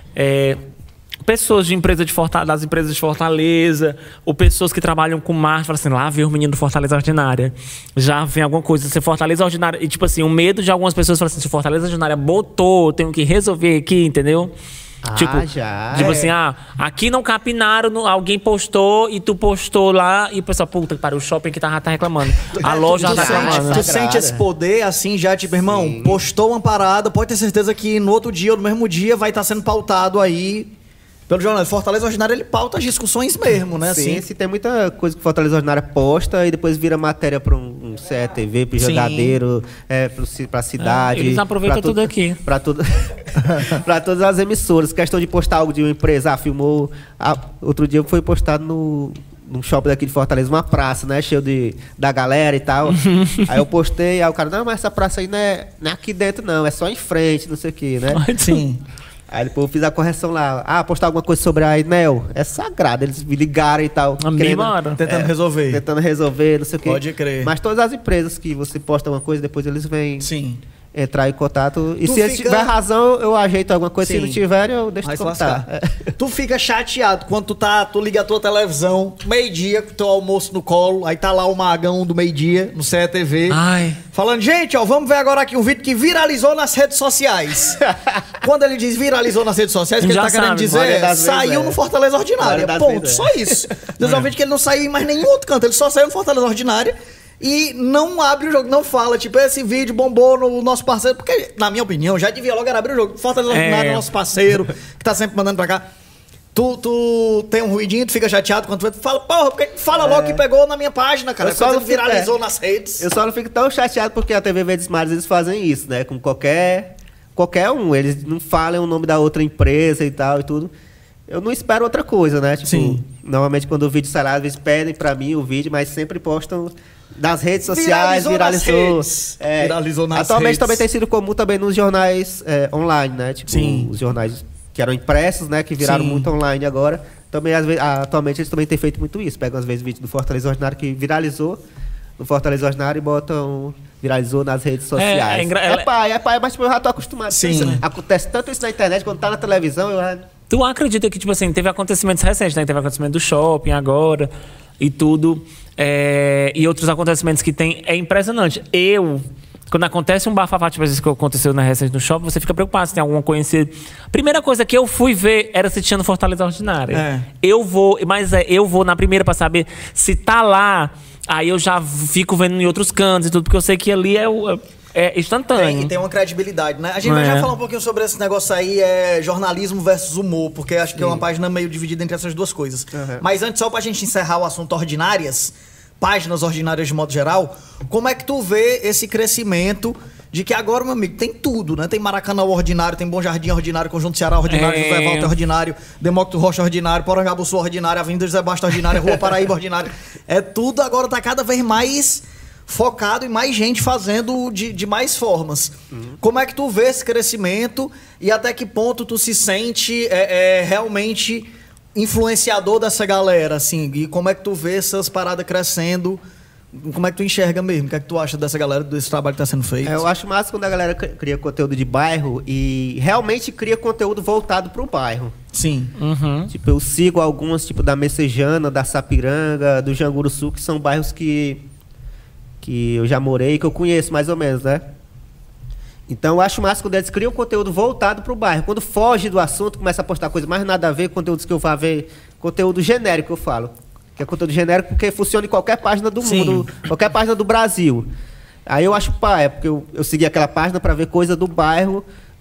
pessoas das empresas de Fortaleza, ou pessoas que trabalham com marketing, falam assim, lá vem o menino do Fortaleza Ordinária. Já vem alguma coisa, se Fortaleza Ordinária... E tipo assim, o medo de algumas pessoas falam assim, se Fortaleza Ordinária botou, eu tenho que resolver aqui, entendeu? Tipo assim, aqui não capinaram, alguém postou e tu postou lá e o pessoal, puta que pariu, o shopping que tá reclamando. A loja tá reclamando. Tu sente esse poder assim já, tipo, irmão, postou uma parada, pode ter certeza que no outro dia ou no mesmo dia vai estar sendo pautado aí pelo jornal. Fortaleza Ordinária, ele pauta as discussões mesmo, né? Sim, assim. tem muita coisa que Fortaleza Ordinária posta e depois vira matéria para um CETV, pro jogadeiro, pra cidade. Eles aproveitam tudo aqui. Pra todas as emissoras. Questão de postar algo de uma empresa, filmou. Outro dia foi postado num shopping daqui de Fortaleza, uma praça, né? Cheio da galera e tal. Aí eu postei, aí o cara, não, mas essa praça aí não é aqui dentro, não, é só em frente, não sei o que, né? Sim. Aí depois eu fiz a correção lá. Postar alguma coisa sobre a Enel. É sagrado. Eles me ligaram e tal. Tentando resolver. Tentando resolver, não sei o quê. Pode crer. Mas todas as empresas que você posta uma coisa, depois eles vêm. Sim. entrar em contato. E Tu se eles fica- tiver razão, eu ajeito alguma coisa. Sim. Se não tiver, eu deixo Vai de se contar. lascar. Tu fica chateado quando tu liga a tua televisão, meio-dia, com o teu almoço no colo, aí tá lá o magão do meio-dia, no CETV, Ai. falando, gente, ó, vamos ver agora aqui um vídeo que viralizou nas redes sociais. Quando ele diz viralizou nas redes sociais, o que ele Já tá querendo sabe, dizer maioria é, das vezes saiu é. no Fortaleza Ordinária, Maioria das ponto, vezes só isso. Às vezes é um vídeo que ele não saiu em mais nenhum outro canto, ele só saiu no Fortaleza Ordinária. E não abre o jogo, não fala, tipo, esse vídeo bombou no nosso parceiro, porque, na minha opinião, já devia logo abrir o jogo. Fortaleza Ordinário é nosso parceiro, que tá sempre mandando pra cá. Tu tem um ruidinho, tu fica chateado quando tu fala, porra, porque fala logo que pegou na minha página, cara. Eu só Quando não ele fico- viralizou nas redes. Eu só não fico tão chateado porque a TV Verdes Mares eles fazem isso, né? Com qualquer um. Eles não falam o nome da outra empresa e tal e tudo. Eu não espero outra coisa, né? Tipo, Sim. normalmente quando o vídeo sai lá, eles pedem pra mim o vídeo, mas sempre postam nas redes sociais, Viralizou nas viralizou. redes. Viralizou nas Atualmente redes. também tem sido comum também nos jornais online, né? Tipo, Sim. os jornais que eram impressos, né? Que viraram Sim. muito online agora. Também, às vezes, atualmente eles também têm feito muito isso. Pegam às vezes vídeo do Fortaleza Ordinário que viralizou no Fortaleza Ordinário e botam viralizou nas redes sociais. É pai, mas tipo, eu já tô acostumado. Sim. Isso acontece tanto isso na internet, quando tá na televisão, eu já... Tu acredita que, tipo assim, teve acontecimentos recentes, né? Teve acontecimento do shopping agora e tudo. E outros acontecimentos que tem. É impressionante. Quando acontece um bafafá, tipo isso que aconteceu na recente no shopping, você fica preocupado se tem alguma conhecida. Primeira coisa que eu fui ver era se tinha no Fortaleza Ordinária. É. Eu vou na primeira pra saber se tá lá. Aí eu já fico vendo em outros cantos e tudo, porque eu sei que ali é instantâneo. E tem uma credibilidade, né? A gente Não vai já é? falar um pouquinho sobre esse negócio aí, jornalismo versus humor, porque acho que é uma página meio dividida entre essas duas coisas. Uhum. Mas antes, só pra gente encerrar o assunto ordinárias, páginas ordinárias de modo geral, como é que tu vê esse crescimento de que agora, meu amigo, tem tudo, né? Tem Maracanã ordinário, tem Bom Jardim ordinário, Conjunto Ceará ordinário, José Walter ordinário, Demócrito Rocha ordinário, Porangabuçu ordinário, Avenida José Basta ordinária, Rua Paraíba ordinária. É tudo agora, tá cada vez mais focado e mais gente fazendo de mais formas. Como é que tu vê esse crescimento e até que ponto tu se sente realmente influenciador dessa galera, assim? E como é que tu vê essas paradas crescendo? Como é que tu enxerga mesmo? O que é que tu acha dessa galera, desse trabalho que tá sendo feito? Eu acho massa quando a galera cria conteúdo de bairro e realmente cria conteúdo voltado pro bairro. Sim. Tipo, eu sigo algumas, tipo, da Messejana, da Sapiranga, do Janguruçu, que são bairros que eu já morei, que eu conheço mais ou menos, né? Então eu acho massa quando eles criam conteúdo voltado pro bairro. Quando foge do assunto, começa a postar coisa mais nada a ver, conteúdos que eu vá ver, conteúdo genérico eu falo. Que é conteúdo genérico porque funciona em qualquer página do Sim. mundo, qualquer página do Brasil. Aí eu acho porque eu segui aquela página para ver coisa do bairro,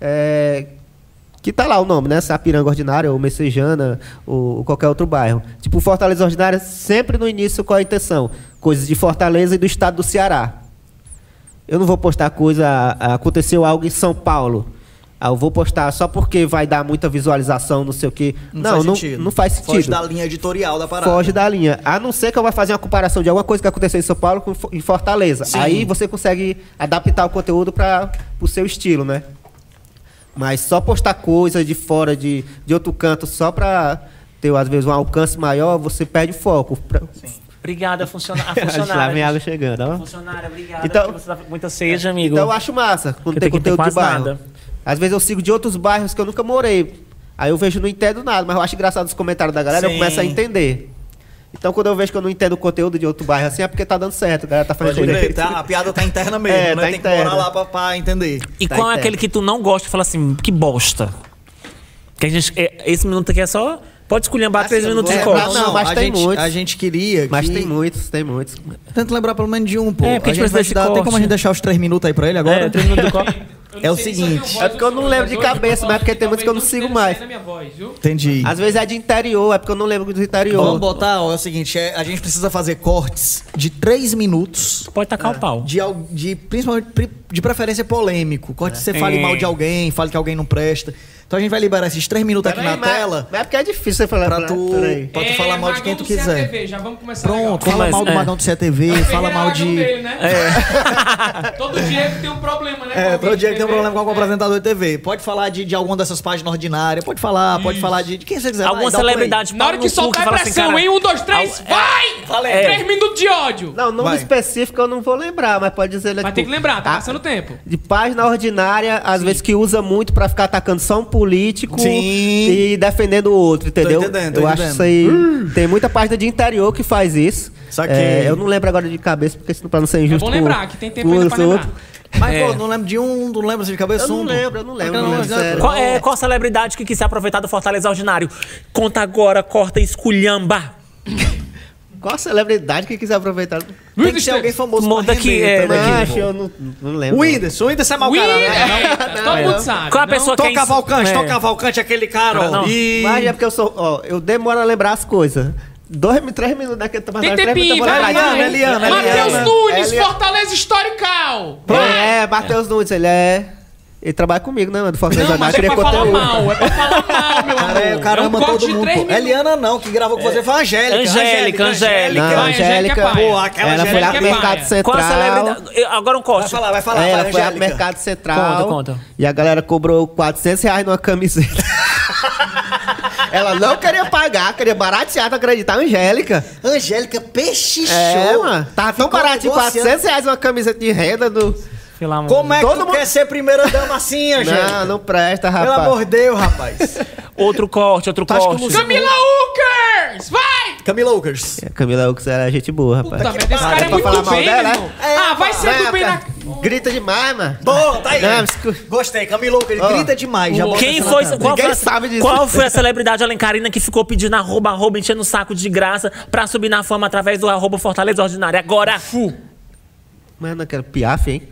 que tá lá o nome, né? Sapiranga Ordinária, ou Messejana, ou qualquer outro bairro. Tipo, Fortaleza Ordinária, sempre no início, qual é a intenção? Coisas de Fortaleza e do estado do Ceará. Eu não vou postar aconteceu algo em São Paulo. Eu vou postar só porque vai dar muita visualização, não sei o quê. Não faz sentido. Foge da linha editorial da parada. Foge da linha. A não ser que eu vá fazer uma comparação de alguma coisa que aconteceu em São Paulo com em Fortaleza. Sim. Aí você consegue adaptar o conteúdo para o seu estilo, né? Mas só postar coisas de fora, de outro canto, só para ter, às vezes, um alcance maior, você perde o foco. Obrigada, funcionária. Lá vem água chegando, ó. Funcionária, obrigada. Então- Porque você tá com muita sede, amigo. Então eu acho massa quando Eu tem tenho que ter conteúdo de quase bairro. nada. Às vezes eu sigo de outros bairros que eu nunca morei. Aí eu vejo e não entendo nada, mas eu acho engraçado os comentários da galera, Sim. eu começo a entender. Então quando eu vejo que eu não entendo o conteúdo de outro bairro assim, é porque tá dando certo, a galera tá fazendo Pode crer, direito. tá? A piada tá interna mesmo, né? Tá Tem que morar interna. lá pra entender. E Tá qual é interno. aquele que tu não gosta e fala assim, que bosta? Que a gente, esse minuto aqui é só... Pode esculhambar 3 Assim, minutos eu de vou corte. lembrar, não, mas tem muitos. A gente queria Mas que... tem muitos. Tenta lembrar pelo menos de um, pô. É, porque a gente precisa desse Tem como a corte. gente deixar os 3 minutos aí pra ele agora? 3 minutos de corte. É o seguinte. É porque eu não lembro de cabeça, mas é porque tem muitos que eu não sigo mais. Na minha voz, viu? Entendi. Às vezes é de interior, é porque eu não lembro do interior. Vamos botar, ó, é o seguinte, a gente precisa fazer cortes de 3 minutos, Pode tacar o pau. principalmente de preferência polêmico. Corte que você fale mal de alguém, fale que alguém não presta. Então a gente vai liberar esses 3 minutos aqui na tela. É porque é difícil você falar Pra tu, pra tu falar mal de quem tu quiser. CTV, já vamos começar. Pronto, fala mal do Magão do CTV, fala mal de... Dele, né? Todo dia que tem um problema, né? Todo dia que tem um problema com algum apresentador de TV. Pode falar de alguma dessas páginas ordinárias, pode falar de quem você quiser. Alguma celebridade. Na hora que soltar a pressão, hein? 1, 2, 3, vai! 3 minutos de ódio. Não, nome específico eu não vou lembrar, mas pode dizer... Mas tem que lembrar, tá passando tempo. De página ordinária, às vezes que usa muito pra ficar atacando só um político e defendendo o outro, entendeu? Tô entendendo. Eu acho isso aí... Tem muita página de interior que faz isso. Eu não lembro agora de cabeça, porque senão pra não ser injusto... É bom lembrar, que tem tempo ainda pra lembrar. Mas, pô, não lembro de um, não lembro de cabeça. Eu não lembro. Qual celebridade que quis se aproveitar do Fortaleza Ordinário? Conta agora, corta e esculhamba. Qual celebridade que quiser aproveitar? Tem que ser alguém famoso. Monta aqui, Eu não lembro. O Whindersson é mau caralho. Todo mundo sabe. Qual a pessoa que Tom Cavalcante, aquele cara, ó. Mas é porque eu demoro a lembrar as coisas. 2, 3 minutos daquele Tem tempinho, vai lá. Eliana. Matheus Nunes, Fortaleza Historical. Matheus Nunes, ele trabalha comigo, né, mano? Do Fortaleza. Não, mas é pra falar mal, meu amor. Caramba, todo mundo. Eliana não, que gravou com você foi a Angélica. Angélica. Pô, aquela ela foi lá pro Mercado Central. Qual a celebridade? Agora um corte. Vai falar. Ela foi lá pro Mercado Central. Conta. E a galera cobrou R$400 numa camiseta. Ela não queria pagar, queria baratear, tu acreditar, Angélica. Angélica pechinchou. Mano. Tava tão baratinho, R$400 uma camiseta de renda do... Como é que tu quer ser primeira dama assim, Angélica? Não presta, rapaz. Pelo amor de Deus, rapaz. Outro corte. Camila Ukers, vai! Camila Ukers. Camila Ukers era gente boa, rapaz. Puta merda, esse cara é muito bem, meu irmão. Vai ser do bem na... Grita demais, mano. Boa, tá aí. Gostei, Camila Ukers, grita demais. Quem foi? Qual foi a celebridade alencarina que ficou pedindo arroba, enchendo o saco de graça pra subir na fama através do arroba Fortaleza Ordinário? Agora, Mas não quero Piaf, hein?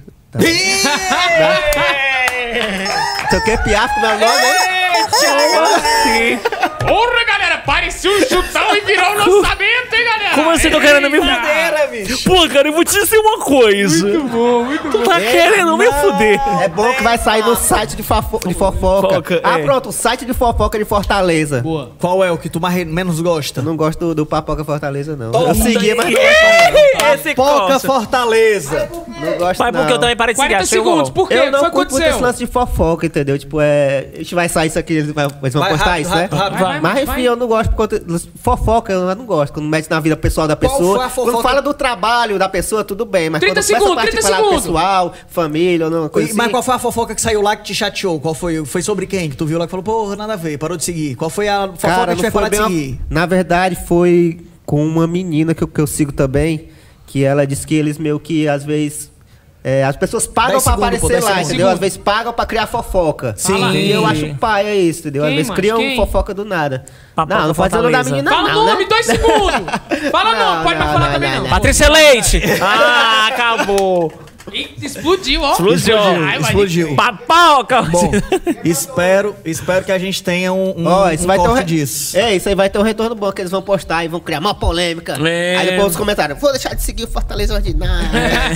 Você quer Piaf, como é o nome, hein? Porra, galera, parecia um chutão e virou um lançamento, hein, galera? Como assim, tô querendo me fuder? Pô, cara, eu vou te dizer uma coisa. Muito bom. Tu tá querendo me fuder. É bom que vai sair no site de fofoca. Pronto, o site de fofoca de Fortaleza. Boa. Qual é o que tu menos gosta? Eu não gosto do Papoca Fortaleza, não. Eu segui, mas não gosto. Papoca Fortaleza. Não gosto, não. Porque eu também parei de seguir. 40 segundos, por quê? Eu não curto muito esse aconteceu? lance de fofoca, entendeu? Tipo, a gente vai sair isso aqui, eles vão postar isso, né? Mas enfim, eu não gosto, porque fofoca eu não gosto. Quando mete na vida pessoal da pessoa. Quando fala do trabalho da pessoa, tudo bem. Mas 30 quando segundos, começa a partir 30 falar segundos. pessoal, família, ou não, coisa assim. Mas qual foi a fofoca que saiu lá que te chateou? Qual foi? Foi sobre quem? Que tu viu lá que falou, pô, nada a ver, parou de seguir. Qual foi a fofoca Cara, que tu vai parar de seguir? Na verdade, foi com uma menina que eu sigo também, que ela disse que eles meio que, às vezes... as pessoas pagam pra aparecer lá, entendeu? Às vezes pagam pra criar fofoca. Sim. E eu acho pai é isso, entendeu? Às vezes criam fofoca do nada. Não pode dizer o nome da menina, Fala o nome, 2 segundos. Fala não, pode mais falar também não. Patrícia Leite. Acabou. Explodiu, ó. Explodiu. Papoca. Bom, espero que a gente tenha um isso vai corte ter disso. Isso aí vai ter um retorno bom, que eles vão postar e vão criar uma polêmica. Aí depois os comentários, vou deixar de seguir o Fortaleza Ordinário.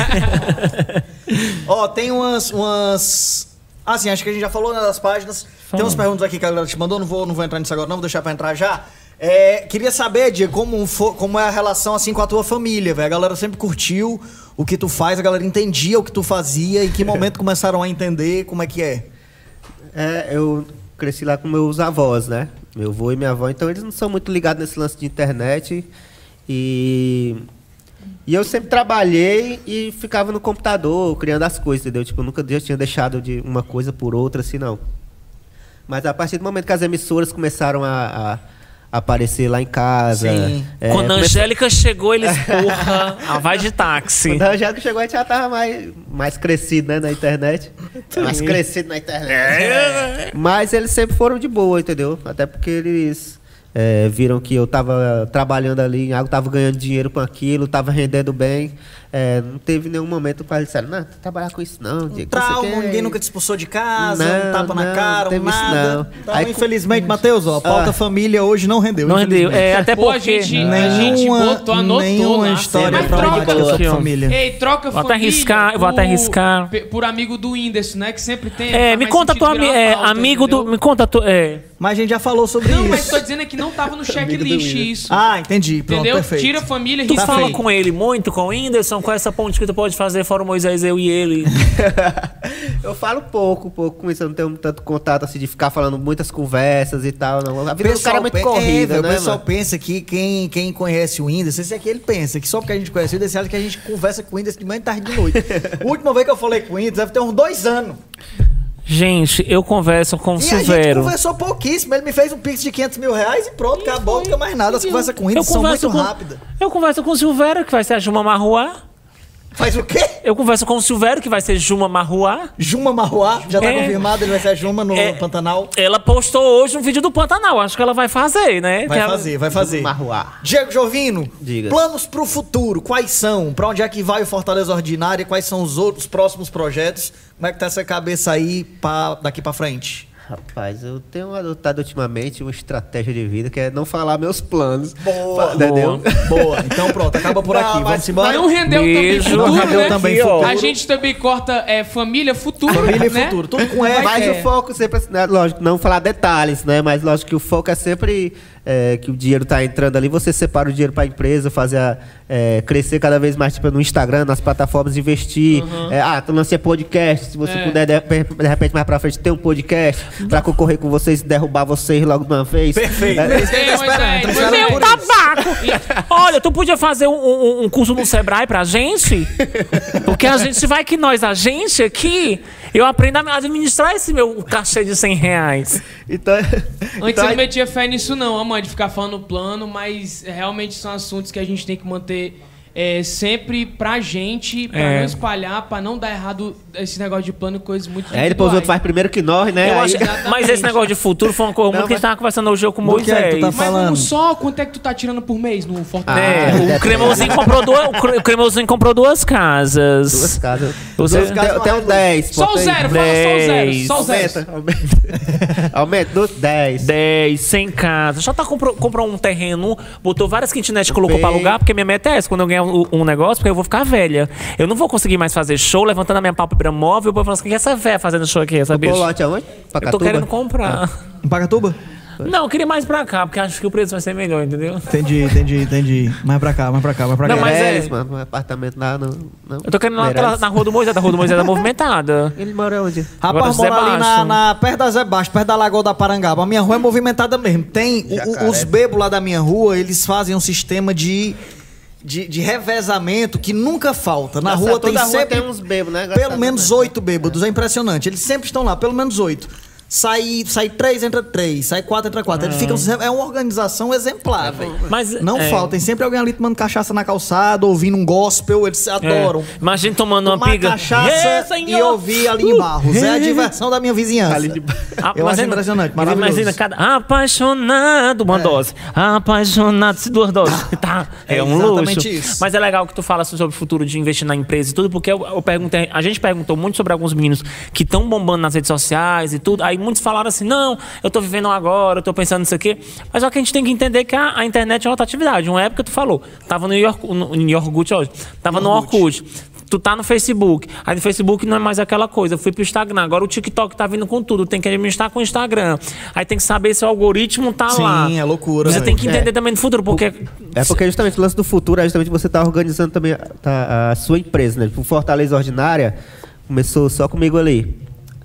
Tem umas... Assim, acho que a gente já falou das páginas. Tem umas perguntas aqui que a galera te mandou, não vou entrar nisso agora não, vou deixar pra entrar já. Queria saber, Diego, como é a relação assim com a tua família, velho. A galera sempre curtiu o que tu faz, a galera entendia o que tu fazia, e que momento começaram a entender como é que é? Eu cresci lá com meus avós, né? Meu avô e minha avó, então eles não são muito ligados nesse lance de internet. E eu sempre trabalhei e ficava no computador, criando as coisas, entendeu? Tipo, eu nunca tinha deixado de uma coisa por outra, assim, não. Mas a partir do momento que as emissoras começaram a aparecer lá em casa... Sim. Quando a Angélica chegou, eles, porra, vai de táxi. Quando a Angélica chegou, a gente já tava mais crescido, né, na internet. Mais crescido na internet. Mas eles sempre foram de boa, entendeu? Até porque eles viram que eu tava trabalhando ali em algo, tava ganhando dinheiro com aquilo, tava rendendo bem. não teve nenhum momento para eles disseram, não, trabalhar com isso não, Diego. Trauma, ninguém nunca te expulsou de casa, Não, um tapa na não, cara, teve isso nada. não. Então, Aí, infelizmente, Matheus, a pauta família hoje não rendeu. Não rendeu. infelizmente. Até Pô, a porque... gente anotou nenhuma lá. história Mas traumática troca, sobre família. Ei, troca Vou até família. arriscar, vou até arriscar. Por amigo do Whindersson, né? Que sempre tem. me faz conta sentido tua virar uma pauta, amigo do... entendeu? Me conta tu... Mas a gente já falou sobre Não, isso. mas tô dizendo é que não tava no checklist isso. Ah, entendi. Pronto, Entendeu? perfeito. Tira a família, Tu risca fala aí. com ele muito, com o Whindersson, com essa ponte que tu pode fazer fora o Moisés, eu e ele. Eu falo pouco com isso, eu não tenho tanto contato assim de ficar falando muitas conversas e tal. Não. A vida do cara é muito corrida, né? O pessoal mano? pensa que quem conhece o Whindersson, esse aqui ele pensa que só porque a gente conhece o Whindersson, acha que a gente conversa com o Whindersson de manhã, tarde e de noite. A última vez que eu falei com o Whindersson deve ter uns 2 anos. Gente, eu converso com o E a gente Silvério. conversou pouquíssimo. Ele me fez um pix de 500 mil reais e pronto, acabou, não fica mais nada. As conversas com o Whindersson são muito rápidas. Eu converso com o Silvério, que vai ser a Juma Marruá. Faz o quê? Eu converso com o Silvério, que vai ser Juma Marruá. Juma Marruá, já tá É. confirmado, ele vai ser a Juma no Pantanal. Ela postou hoje um vídeo do Pantanal. Acho que ela vai fazer, né? Vai fazer. Marruá. Diego Jovino, Diga. planos pro futuro, quais são? Pra onde é que vai o Fortaleza Ordinária? Quais são os outros próximos projetos? Como é que tá essa cabeça aí daqui pra frente? Rapaz, eu tenho adotado ultimamente uma estratégia de vida que é não falar meus planos. Boa, Entendeu? Boa. Então pronto, acaba por aqui. Vamos embora. Não rendeu Beijo. também Não futuro, rendeu né? também Aqui, ó. futuro. A gente também corta família, futuro, Família e né? futuro, tudo com F. Mas É. o foco sempre, né, lógico, não falar detalhes, né? Mas lógico que o foco é sempre que o dinheiro tá entrando ali, você separa o dinheiro para a empresa, fazer crescer cada vez mais, tipo, no Instagram, nas plataformas, investir. Tu lancei podcast, se você puder, de repente, mais pra frente, ter um podcast para concorrer com vocês e derrubar vocês logo de uma vez. Perfeito. É isso que ele tá esperando. Tá esperando Meu por isso. tabaco! Olha, tu podia fazer um curso no Sebrae pra gente? Porque a gente vai que nós, a gente aqui, eu aprendo a administrar esse meu cachê de 100 reais. Então, Antes eu não metia fé nisso não, amor, de ficar falando plano, mas realmente são assuntos que a gente tem que manter sempre pra gente, pra não espalhar, pra não dar errado esse negócio de plano e coisas muito depois o outro faz primeiro que nós, né? Eu Aí- acho, mas esse negócio de futuro foi uma coisa muito que a gente tava conversando hoje com o Do que é que tu Moisés. tá Mas falando? vamos só, quanto é que tu tá tirando por mês no Fortaleza? O Cremosinho comprou o Cremosinho comprou 2 casas. Duas casas. Você- Duas casas. Tem um 10. Só o bota aí. zero, fala só o zero, só o zero. Aumenta dos 10. 10, 100 casas. Já comprou um terreno, botou várias kitnets, colocou pra Bem. alugar, porque minha meta é essa. Quando eu ganhar um negócio, porque eu vou ficar velha. Eu não vou conseguir mais fazer show, levantando a minha pálpebra móvel, o povo falando assim, o que é essa véia fazendo show aqui, essa O bicha? lote aonde? Eu tô Pacatuba? querendo comprar. Em Pacatuba? Não, eu queria mais pra cá, porque acho que o preço vai ser melhor, entendeu? Entendi. Mais pra cá. Não, mas Meireles, é- mano, um apartamento lá no... Eu tô querendo lá Meireles. na Rua do Moisés, é movimentada. Ele mora onde? Agora Rapaz, Zé mora ali Baixo. perto da Zé Baixo, perto da Lagoa da Parangaba. A minha rua é movimentada mesmo. Tem Jacaré. os bebos lá da minha rua, eles fazem um sistema de revezamento que nunca falta. Na rua tem toda rua sempre tem uns bebos, né? pelo menos 8 bêbados. É impressionante. Eles sempre estão lá, pelo menos 8. Sai 3, entra 3. Sai 4, entra 4. Eles ficam... É uma organização exemplar, velho. Mas, Não falta. Tem sempre alguém ali tomando cachaça na calçada, ouvindo um gospel. Eles adoram. Imagina tomando uma Tomar piga. cachaça e ouvir ali em Barros. É a diversão da minha vizinhança. Eu acho impressionante, maravilhoso. Imagina cada apaixonado, uma dose. Apaixonado, se 2 doses. Tá, é um exatamente luxo. isso. Mas é legal que tu fala sobre o futuro de investir na empresa e tudo, porque eu perguntei, a gente perguntou muito sobre alguns meninos que estão bombando nas redes sociais e tudo. Aí muitos falaram assim, não, eu tô vivendo agora, eu tô pensando nisso aqui. Mas só que a gente tem que entender que a internet é outra atividade. Uma época tu falou, tava no Yorkut hoje, tava no Orkut. Tu tá no Facebook. Aí no Facebook não é mais aquela coisa. Eu fui pro Instagram. Agora o TikTok tá vindo com tudo. Tem que administrar com o Instagram. Aí tem que saber se o algoritmo tá lá. Sim, é loucura. Você velho. tem que entender também no futuro, porque... É porque justamente o lance do futuro é justamente você tá organizando também a sua empresa, né? Tipo, Fortaleza Ordinária começou só comigo ali.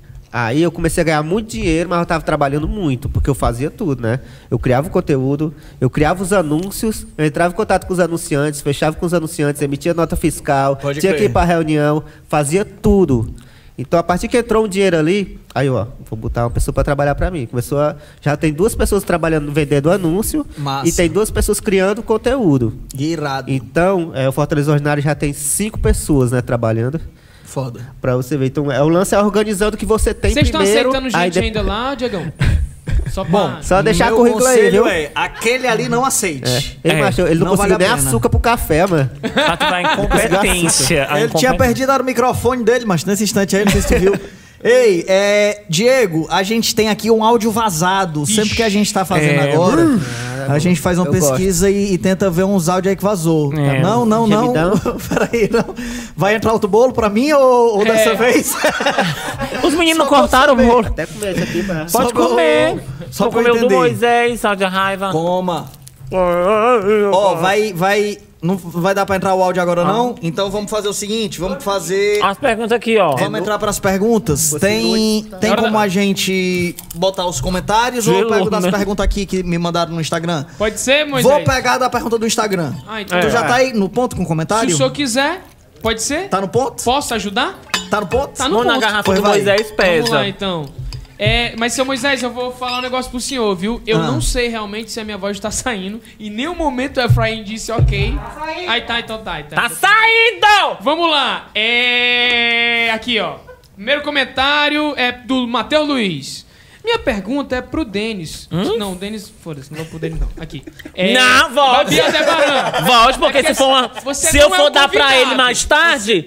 Aí eu comecei a ganhar muito dinheiro, mas eu tava trabalhando muito, porque eu fazia tudo, né? Eu criava o conteúdo, eu criava os anúncios, eu entrava em contato com os anunciantes, fechava com os anunciantes, emitia nota fiscal, Pode tinha crer. que ir pra reunião, fazia tudo. Então, a partir que entrou um dinheiro ali, aí, ó, vou botar uma pessoa para trabalhar para mim. Já tem 2 pessoas trabalhando, vendendo anúncio, Massa. e tem 2 pessoas criando conteúdo. Irado. Então, o Fortaleza Ordinário já tem 5 pessoas, né, trabalhando. Foda. Pra você ver. Então, o lance é organizando o que você tem Vocês estão primeiro. aceitando aí gente ainda lá, Diegão? Só deixar meu currículo aí, conselho viu? aquele ali não aceite. Ele não não conseguiu vale a nem pena. açúcar pro café, mano. Pra tu vai incompetência. Ele tinha perdido o microfone dele, mas nesse instante aí, não sei se tu viu. Ei, Diego, a gente tem aqui um áudio vazado. Sempre que a gente tá fazendo agora, a gente faz uma pesquisa e tenta ver uns áudios aí que vazou. É. Não. Gemidão. Peraí, não. Vai entrar outro bolo pra mim ou dessa vez? Os meninos Só cortaram o pra saber. bolo. Até comer isso aqui, mano. Pode comer. Só Vou pra comer o do entender. Moisés, áudio raiva. Toma. Ó, vai... Não vai dar pra entrar o áudio agora, não? Então vamos fazer o seguinte, vamos fazer... As perguntas aqui, ó. Vamos entrar pras perguntas. Tem como a gente botar os comentários ou eu Gelou, pego das né? perguntas aqui que me mandaram no Instagram? Pode ser, Moisés? Vou pegar da pergunta do Instagram. Então. Tu já tá aí no ponto com o Se comentário? o senhor quiser, pode ser? Tá no ponto? Posso ajudar? Tá no ponto? Tá no Vamos na ponto. garrafa Pois do vai. Moisés Vamos pesa. lá, então. Mas, seu Moisés, eu vou falar um negócio pro senhor, viu? Eu não sei realmente se a minha voz tá saindo. Em nenhum momento o Efraim disse ok. Aí tá, então tá. Tá saindo! Vamos lá. Aqui, ó. Primeiro comentário é do Matheus Luiz. Minha pergunta é pro Denis. Não, Denis, foda-se, não vou pro Denis, não. Aqui. Não, volte. Babi Aldebaran. Volte, porque É que se eu não é for o dar pra convidado. ele mais tarde...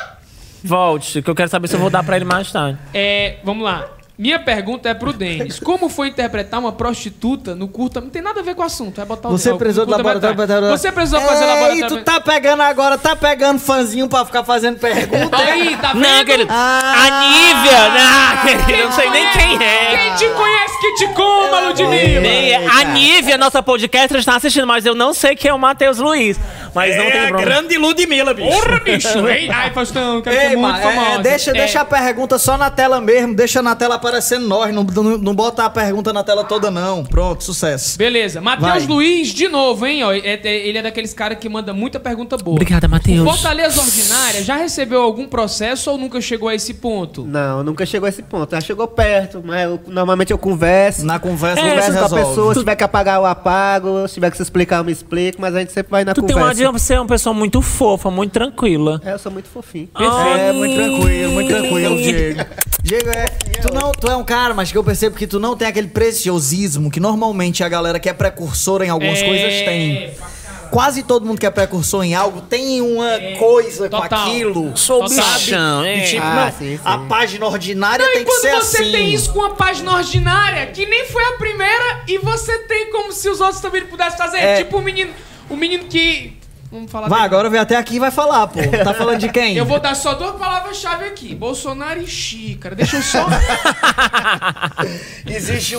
Volte, que eu quero saber se eu vou dar pra ele mais tarde. Vamos lá. Minha pergunta é pro Denis. Como foi interpretar uma prostituta no curta? Não tem nada a ver com o assunto. Vai botar Você o precisou do curta laboratório. Você precisou fazer Ei, laboratório. tu tá pegando agora, tá pegando fãzinho pra ficar fazendo pergunta. Aí, tá vendo? Não, querido. Ah. A Nívia! Não, querido, eu não sei nem quem é. Quem te conhece que te coma, Ludmilla? Nem a Nívia, nossa podcast, está assistindo, mas eu não sei quem é o Matheus Luiz. Mas não tem problema. grande Ludmilla, bicho. Porra, bicho. Ei, ai, Faustão, quero ser Ei, muito mano, famosa. deixa a pergunta só na tela mesmo, deixa na tela aparecendo nós, não bota a pergunta na tela toda não. Pronto, sucesso. Beleza. Vai. Matheus Luiz, de novo, hein? Ó, ele é daqueles caras que manda muita pergunta boa. Obrigada, Matheus. Fortaleza Ordinária já recebeu algum processo ou nunca chegou a esse ponto? Não, nunca chegou a esse ponto. Já chegou perto, mas normalmente eu converso. Na conversa Converso com a resolve. pessoa, se tiver que apagar, eu apago. Se tiver que se explicar, eu me explico. Mas a gente sempre vai na Tu tem uma conversa. de ser uma pessoa muito fofa, muito tranquila. Eu sou muito fofinho. É, muito tranquilo, Diego. Diego, tu é um cara, mas que eu percebo que tu não tem aquele preciosismo que normalmente a galera que é precursora em algumas coisas tem. Quase todo mundo que é precursor em algo tem uma coisa com Total. aquilo. Sou Total. bichão, E tipo, Ah, não, sim, sim. a página ordinária Não, tem e que quando ser você assim. tem isso com a página ordinária, que nem foi a primeira, e você tem como se os outros também pudessem fazer. Tipo o menino que... Vamos falar Vai, dele. agora vem até aqui e vai falar, pô. Tá falando de quem? Eu vou dar só duas palavras-chave aqui. Bolsonaro e xícara. Deixa eu só... Existe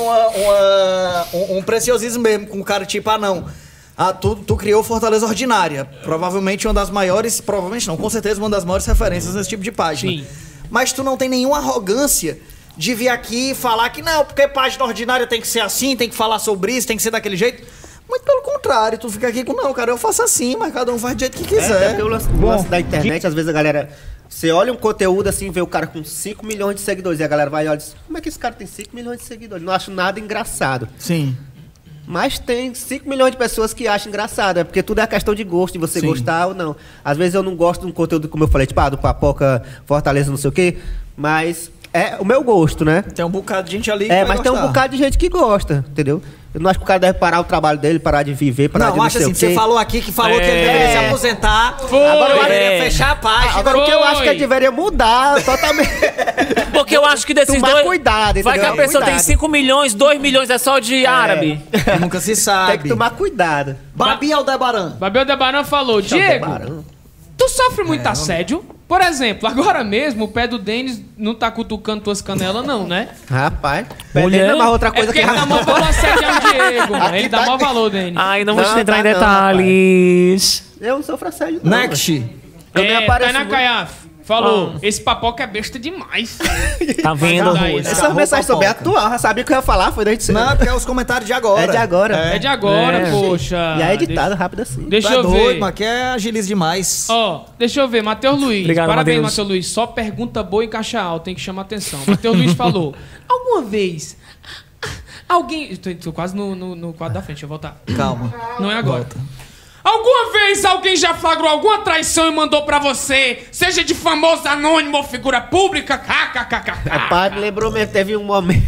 um preciosismo mesmo com o cara tipo, não. Tu criou Fortaleza Ordinária. Provavelmente uma das maiores, provavelmente não, com certeza uma das maiores referências nesse tipo de página. Sim. Mas tu não tem nenhuma arrogância de vir aqui e falar que não, porque página ordinária tem que ser assim, tem que falar sobre isso, tem que ser daquele jeito. Muito pelo contrário, tu fica aqui com, não, cara, eu faço assim, mas cada um faz do jeito que É, quiser. porque o lance da internet, às vezes a galera... Você olha um conteúdo assim, vê o cara com 5 milhões de seguidores, e a galera vai e olha e diz, como é que esse cara tem 5 milhões de seguidores? Não acho nada engraçado. Sim. Mas tem 5 milhões de pessoas que acham engraçado, é porque tudo é questão de gosto, de você Sim. gostar ou não. Às vezes eu não gosto de um conteúdo, como eu falei, tipo, do Papoca, Fortaleza, não sei o quê, mas é o meu gosto, né? Tem um bocado de gente ali que É, vai mas tem um gostar. bocado de gente que gosta, entendeu? Eu não acho que o cara deve parar o trabalho dele, parar de viver, parar de Não, não acho sei assim, o quê. você falou aqui que falou que ele deveria se aposentar. Foi. Agora ele deveria fechar a página. Agora o que eu acho que ele Foi. deveria mudar totalmente. Porque eu acho que desses Tomar dois... cuidado, vai que a entendeu? pessoa tem Cuidado. 5 milhões, 2 milhões é só de árabe. Nunca se sabe. Tem que tomar cuidado. Babi Aldebaran. Babel Debaran falou, Diego, Barão. tu sofre muito assédio? Por exemplo, agora mesmo o pé do Denis não tá cutucando tuas canelas não, né? Rapaz, Mulher. perdendo mais outra É coisa porque que ele dá maior valor assediar o Diego, mano. Ele dá tá- maior valor, Denis. Ai, não vou Não, te entrar tá em não, detalhes. Eu não sofro assédio, não. Next. Eu nem apareço Tainá muito. Caiaf falou, esse papoca é besta demais. Tá vendo? Daí, né? Essa mensagem sobre atual, já sabia o que eu ia falar, foi desde cedo. Não, porque é os comentários de agora. É de agora. É de agora, É. poxa. E é editado rápido assim. Deixa Tu é eu doido, ver. mas que é agiliza demais. Ó, deixa eu ver, Matheus Luiz. Obrigado, Parabéns, Matheus. Matheus Luiz. Só pergunta boa em caixa alta, tem que chamar atenção. Matheus Luiz falou: alguma vez alguém. Tô quase no quadro da frente, deixa eu voltar. Calma. Não é agora. Alguma vez alguém já flagrou alguma traição e mandou pra você, seja de famoso, anônimo ou figura pública? KKKK. Rapaz, me lembrou mesmo, teve um momento.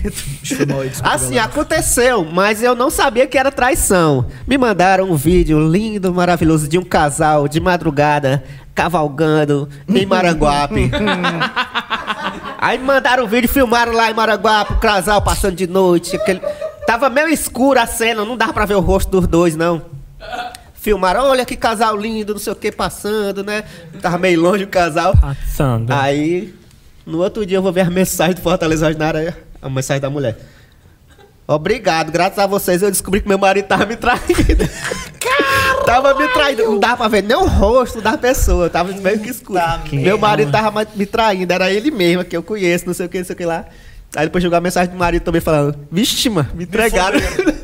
Foi mal aí, desculpa, Assim, galera. aconteceu, mas eu não sabia que era traição. Me mandaram um vídeo lindo, maravilhoso de um casal de madrugada cavalgando em Maranguape. Aí me mandaram um vídeo, filmaram lá em Maranguape, o casal passando de noite. Tava meio escuro a cena, não dava pra ver o rosto dos dois, não. Filmaram, olha que casal lindo, não sei o que, passando, né? Tava meio longe o casal. Passando. Aí, no outro dia eu vou ver a mensagem do Fortaleza Ordinária, a mensagem da mulher. Obrigado, graças a vocês eu descobri que meu marido tava me traindo. Tava me traindo, não dava pra ver nem o rosto da pessoa, tava meio que escuro. Meu marido tava me traindo, era ele mesmo, que eu conheço, não sei o que lá. Aí depois chegou a mensagem do marido também falando, vixe, mano, me entregaram.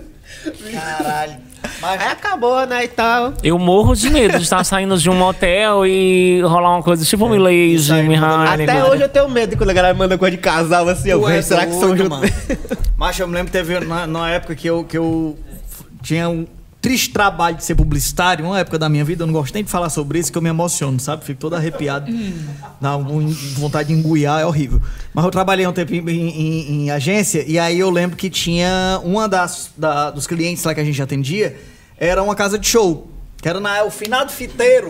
Caralho. Mas Aí acabou, né, e tal. Eu morro de medo de estar saindo de um motel e rolar uma coisa tipo Milady, Mihaly. Até hoje eu tenho medo de quando a galera manda coisa de casal assim, eu tu é vejo, será que são doido, juntos? mano. Mas eu me lembro que teve na época que eu tinha um triste trabalho de ser publicitário, uma época da minha vida, eu não gosto nem de falar sobre isso, que eu me emociono, sabe? Fico todo arrepiado. Dá vontade de engoiar, é horrível. Mas eu trabalhei um tempo em agência, e aí eu lembro que tinha uma dos clientes lá que a gente atendia, era uma casa de show, que era o finado fiteiro.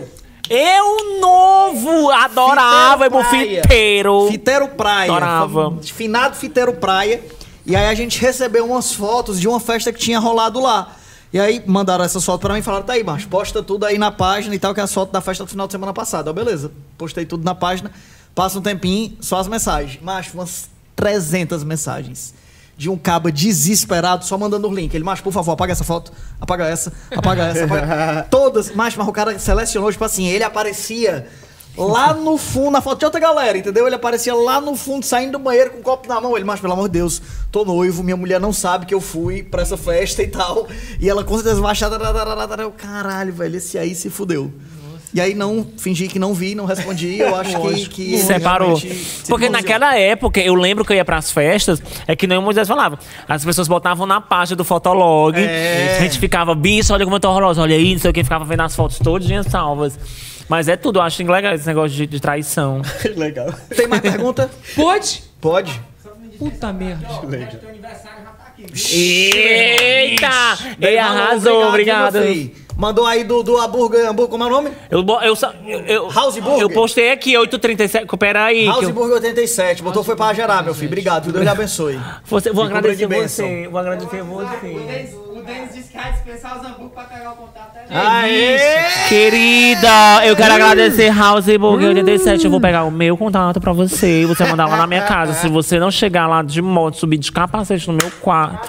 Eu novo adorava ir pro fiteiro. Fiteiro Praia. Adorava. Finado Fiteiro Praia. E aí a gente recebeu umas fotos de uma festa que tinha rolado lá. E aí mandaram essas fotos pra mim e falaram, tá aí, macho, posta tudo aí na página e tal, que é as fotos da festa do final de semana passada. Ó, beleza, postei tudo na página, passa um tempinho, só as mensagens. Macho, umas 300 mensagens. De um caba desesperado, só mandando o link. Ele, macho, por favor, apaga essa foto, apaga essa, apaga essa, apaga... Todas, macho, mas o cara selecionou, tipo assim, ele aparecia lá no fundo, na foto de outra galera, entendeu? Ele aparecia lá no fundo, saindo do banheiro com um copo na mão. Ele, macho, pelo amor de Deus, tô noivo, minha mulher não sabe que eu fui pra essa festa e tal. E ela com certeza vai achar, caralho, velho, esse aí se fudeu. E aí não, fingi que não vi, não respondi, eu acho que separou. se Porque naquela época, eu lembro que eu ia pras festas, é que nem o Moisés falava. As pessoas botavam na página do Fotolog, a gente ficava, bicho, olha como eu tô horrorosa, olha aí, não sei o que, ficava vendo as fotos todinhas salvas. Mas é tudo, eu acho legal esse negócio de traição. Legal. Tem mais pergunta? Pode? Pode. Puta merda. Eita! Ei, Valeu, arrasou, obrigado. meu filho. Mandou aí do hambúrguer, como é o nome? House Burger? Eu postei aqui, 8h37, pera aí. House Burger 87, botou foi pra gerar, meu filho. Obrigado, Deus lhe abençoe. Vou agradecer de você, vou agradecer você. O Denis disse que vai dispensar os hambúrguer pra pegar o contato. Aê! Querida, eu quero agradecer House Burger 87. Eu vou pegar o meu contato pra você e você mandar lá na minha casa. Se você não chegar lá de moto, subir de capacete no meu quarto.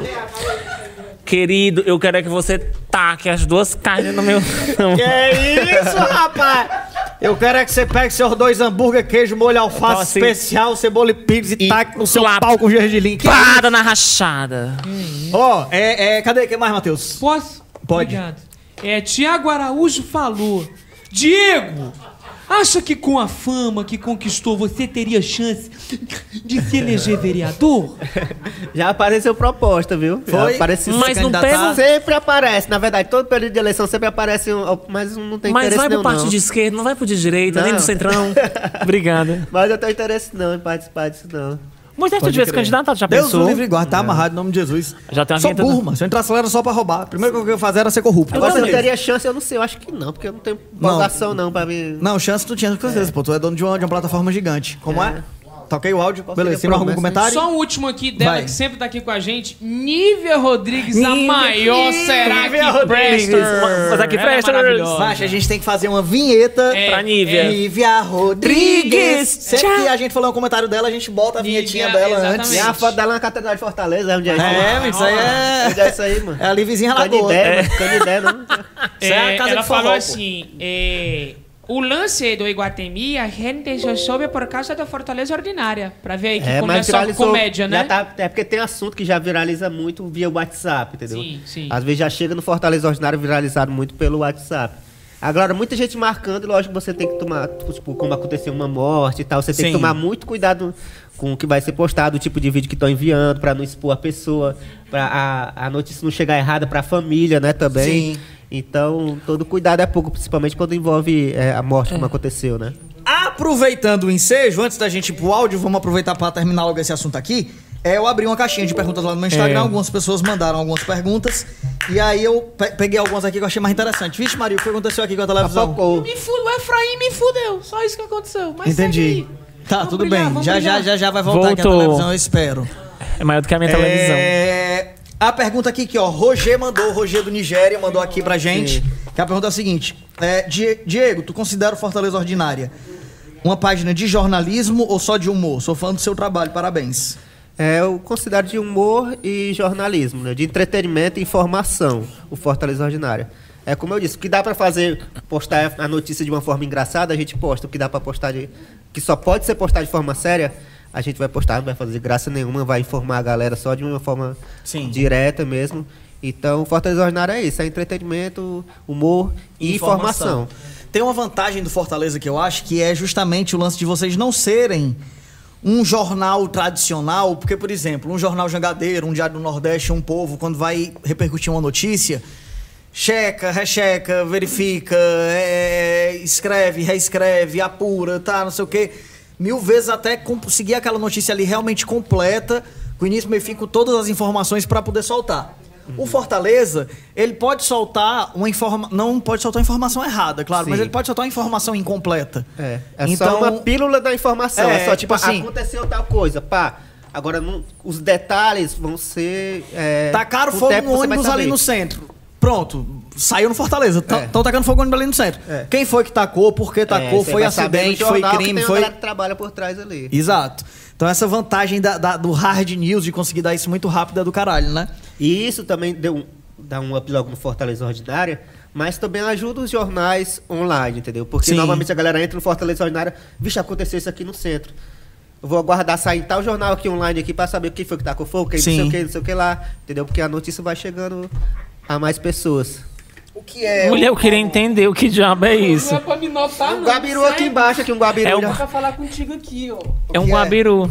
Querido, eu quero que você taque as duas carnes no meu... Que isso, rapaz? Eu quero é que você pegue seus 2 hambúrguer, queijo, molho, alface especial, cebola e pires e taque no seu pau com gergelim. Pada na rachada. Ó, cadê? O que mais, Matheus? Posso? Pode. Obrigado. Tiago Araújo falou. Diego, acha que com a fama que conquistou você teria chance de se eleger vereador? Já apareceu proposta, viu? Foi? Já apareceu. Mas não pega... Sempre aparece, na verdade, todo período de eleição sempre aparece mas não tem Mas interesse vai pro nenhum, partido não. de esquerda, não vai pro de direita, nem Não. do centrão. Obrigada. Mas eu tenho interesse não em participar disso, não. Mas se tu tivesse candidato, já Deus pensou? o livre e guarda, tá amarrado em nome de Jesus. Já tem uma Sou vinheta burro, do- mano. Se eu entrasse lá era só pra roubar. A primeira coisa que eu ia fazer era ser corrupto. Agora se eu também. teria chance, eu não sei, eu acho que não, porque eu não tenho empolgação não pra mim. Não, chance tu tinha com certeza, pô. Tu é dono de uma plataforma gigante. Como é? Toquei o áudio. Beleza, tem mais algum comentário? Só um último aqui dela, Vai. que sempre tá aqui com a gente. Nívia Rodrigues, a Nívia- maior será Nívia que Rodrigues. presta? Mas aqui Ela é presta. maravilhosa. Macho, a gente tem que fazer uma vinheta Pra Nívia. Nívia Rodrigues. Sempre Tchau. que a gente falar um comentário dela, a gente bota a vinhetinha Nívia, dela exatamente. antes. Tem a foto dela na Catedral de Fortaleza, onde é isso? É, isso aí Onde é isso aí, mano? é a Livizinha Canidé, Lagoa. mano. Canidé, não. Isso é a casa Ela de forró, falou pô. assim: o lance do Iguatemi, a gente já soube por causa da Fortaleza Ordinária. Pra ver aí que começou a comédia, né? já tá- é porque tem assunto que já viraliza muito via WhatsApp, entendeu? Sim, sim. Às vezes já chega no Fortaleza Ordinário viralizado muito pelo WhatsApp. Agora, muita gente marcando, e lógico que você tem que tomar, tipo, como aconteceu uma morte e tal, você tem Sim. que tomar muito cuidado com o que vai ser postado, o tipo de vídeo que estão enviando, pra não expor a pessoa, pra a notícia não chegar errada pra família, né, também. Sim. Então, todo cuidado é pouco, principalmente quando envolve a morte, como aconteceu, né? Aproveitando o ensejo, antes da gente ir pro áudio, vamos aproveitar para terminar logo esse assunto aqui. Eu abri uma caixinha de perguntas lá no meu Instagram, algumas pessoas mandaram algumas perguntas, e aí eu peguei algumas aqui que eu achei mais interessante. Vixe, Maria, o que aconteceu aqui com a televisão? Me fudeu, o Efraim me fudeu, só isso que aconteceu. Mas entendi. Tá, vamos tudo brilhar, bem, vamos já vai voltar aqui a televisão, eu espero. É maior do que a minha televisão. A pergunta aqui que, ó, Roger do Nigéria, mandou aqui pra gente, que a pergunta é a seguinte, Diego, tu considera o Fortaleza Ordinária uma página de jornalismo ou só de humor? Sou fã do seu trabalho, parabéns. Eu considero de humor e jornalismo, né? De entretenimento e informação, o Fortaleza Ordinária. É como eu disse, o que dá pra fazer, postar a notícia de uma forma engraçada, a gente posta. O que dá pra postar que só pode ser postado de forma séria, a gente vai postar, não vai fazer graça nenhuma, vai informar a galera só de uma forma direta mesmo. Então, o Fortaleza Ordinária é isso, é entretenimento, humor e informação. Tem uma vantagem do Fortaleza que eu acho, que é justamente o lance de vocês não serem um jornal tradicional, porque, por exemplo, um jornal jangadeiro, um Diário do Nordeste, um Povo, quando vai repercutir uma notícia, checa, recheca, verifica, escreve, reescreve, apura, tá, não sei o quê, 1000 vezes até conseguir aquela notícia ali realmente completa, com início, meio e fim, com todas as informações para poder soltar. O Fortaleza, ele pode soltar não pode soltar informação errada, claro, mas ele pode soltar uma informação incompleta. Então, só uma pílula da informação. É só tipo assim, aconteceu tal coisa, pá. Agora, os detalhes vão ser... tacaram fogo no ônibus ali no centro. Pronto, saiu no Fortaleza. Estão tacando fogo no ônibus ali no centro. Quem foi que tacou, por que tacou, foi acidente, foi crime, foi... que trabalha por trás ali. Exato. Então essa vantagem do hard news, de conseguir dar isso muito rápido, é do caralho, né? E isso também dá um up logo no Fortaleza Ordinária, mas também ajuda os jornais online, entendeu? Porque normalmente a galera entra no Fortaleza Ordinária, vixe, aconteceu isso aqui no centro. Eu vou aguardar sair tal jornal aqui online aqui pra saber quem foi que tacou fogo, quem não sei o que lá, entendeu? Porque a notícia vai chegando a mais pessoas. O que é? Mulher, eu queria entender o que diabo é isso. Não é pra me notar, não. Um guabiru aqui embaixo, aqui um guabiru. Eu vou falar contigo aqui, ó. É um guabiru.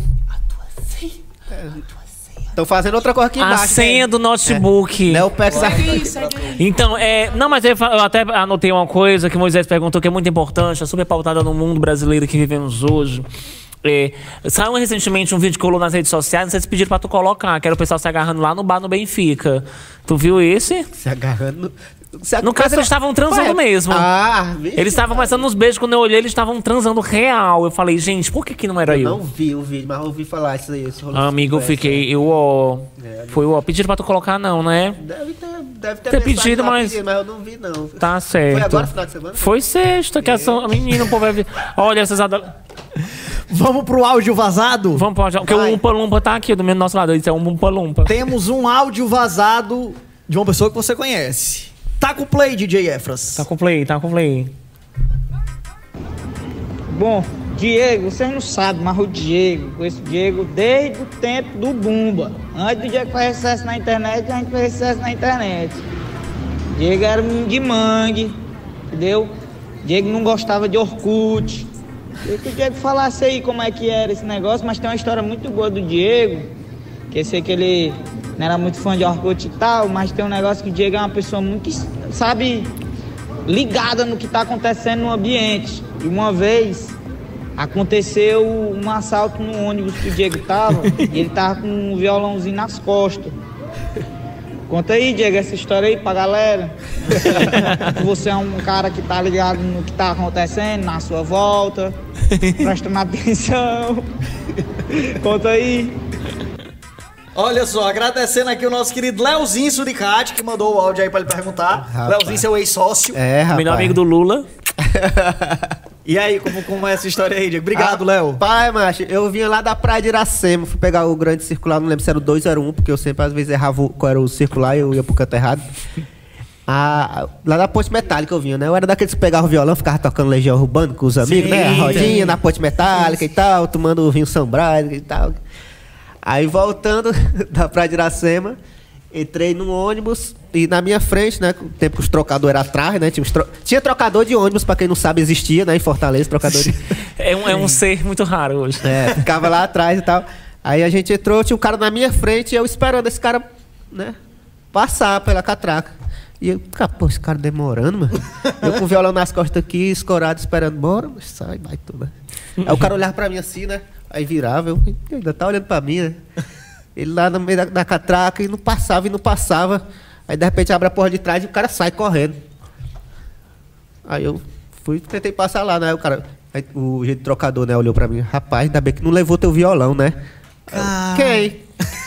Estão fazendo outra coisa aqui embaixo. A senha do notebook. Então, não, mas eu até anotei uma coisa que Moisés perguntou que é muito importante, é super pautada no mundo brasileiro que vivemos hoje. Saiu recentemente um vídeo que colou nas redes sociais, não sei se pediram pra tu colocar, que era o pessoal se agarrando lá no bar no Benfica. Tu viu esse? Se agarrando... No caso, eles estavam transando mesmo. Eles estavam passando nos beijos. Quando eu olhei, eles estavam transando real. Eu falei, gente, por que não era eu? Não vi o vídeo, mas ouvi falar isso aí. Amigo, eu fiquei... Foi pedido pra tu colocar, não, né? Deve ter pedido, mas eu não vi, não. Tá certo. Foi agora, final de semana? Foi sexta, que a menina, o povo vai ver. Olha, essas... Vamos pro áudio vazado? Vamos pro áudio. Porque o Umpa Lumpa tá aqui do nosso lado. Ele disse, é um Umpa Lumpa. Temos um áudio vazado de uma pessoa que você conhece. Tá com play, DJ Efras. Tá com play. Bom, Diego, vocês não sabem, mas o Diego, conheço o Diego desde o tempo do Bumba. Antes do Diego fazer sucesso na internet, a gente fez sucesso na internet. Diego era um menino de mangue, entendeu? Diego não gostava de Orkut. Queria que o Diego falasse aí como é que era esse negócio, mas tem uma história muito boa do Diego, que eu sei que ele não era muito fã de Orkut e tal, mas tem um negócio que o Diego é uma pessoa muito, sabe, ligada no que está acontecendo no ambiente. E uma vez aconteceu um assalto no ônibus que o Diego tava e ele tava com um violãozinho nas costas. Conta aí, Diego, essa história aí pra galera. Você é um cara que tá ligado no que tá acontecendo na sua volta, prestando atenção. Conta aí. Olha só, agradecendo aqui o nosso querido Leozinho Suricati, que mandou o áudio aí pra ele perguntar. Leozinho, seu ex-sócio. Rapaz. Melhor amigo do Lula. E aí, como é essa história aí, Diego? Obrigado, Léo. Pai, macho, eu vinha lá da praia de Iracema, fui pegar o grande circular, não lembro se era o 2 ou era o 1, porque eu sempre às vezes errava qual era o circular e eu ia pro canto errado. Lá na Ponte Metálica eu vinha, né? Eu era daqueles que pegavam o violão, ficava tocando Legião Urbana com os amigos, né? A rodinha na Ponte Metálica e tal, tomando o vinho São Brás e tal. Aí voltando da praia de Iracema, entrei num ônibus e na minha frente, né? No tempo que os trocadores eram atrás, né? Tinha trocador de ônibus, pra quem não sabe, existia, né? Em Fortaleza, trocador de... É um ser muito raro hoje. Ficava lá atrás e tal. Aí a gente entrou, tinha um cara na minha frente e eu esperando esse cara, né? Passar pela catraca. E eu, pô, esse cara demorando, mano. Eu com o violão nas costas aqui, escorado, esperando. Bora, sai, vai tudo. Aí o cara olhava pra mim assim, né? Aí virava, eu ainda tá olhando pra mim, né? Ele lá no meio da catraca e não passava. Aí de repente abre a porta de trás e o cara sai correndo. Aí eu tentei passar lá, né? Aí o jeito trocador, né, olhou pra mim. Rapaz, ainda bem que não levou teu violão, né? Quem?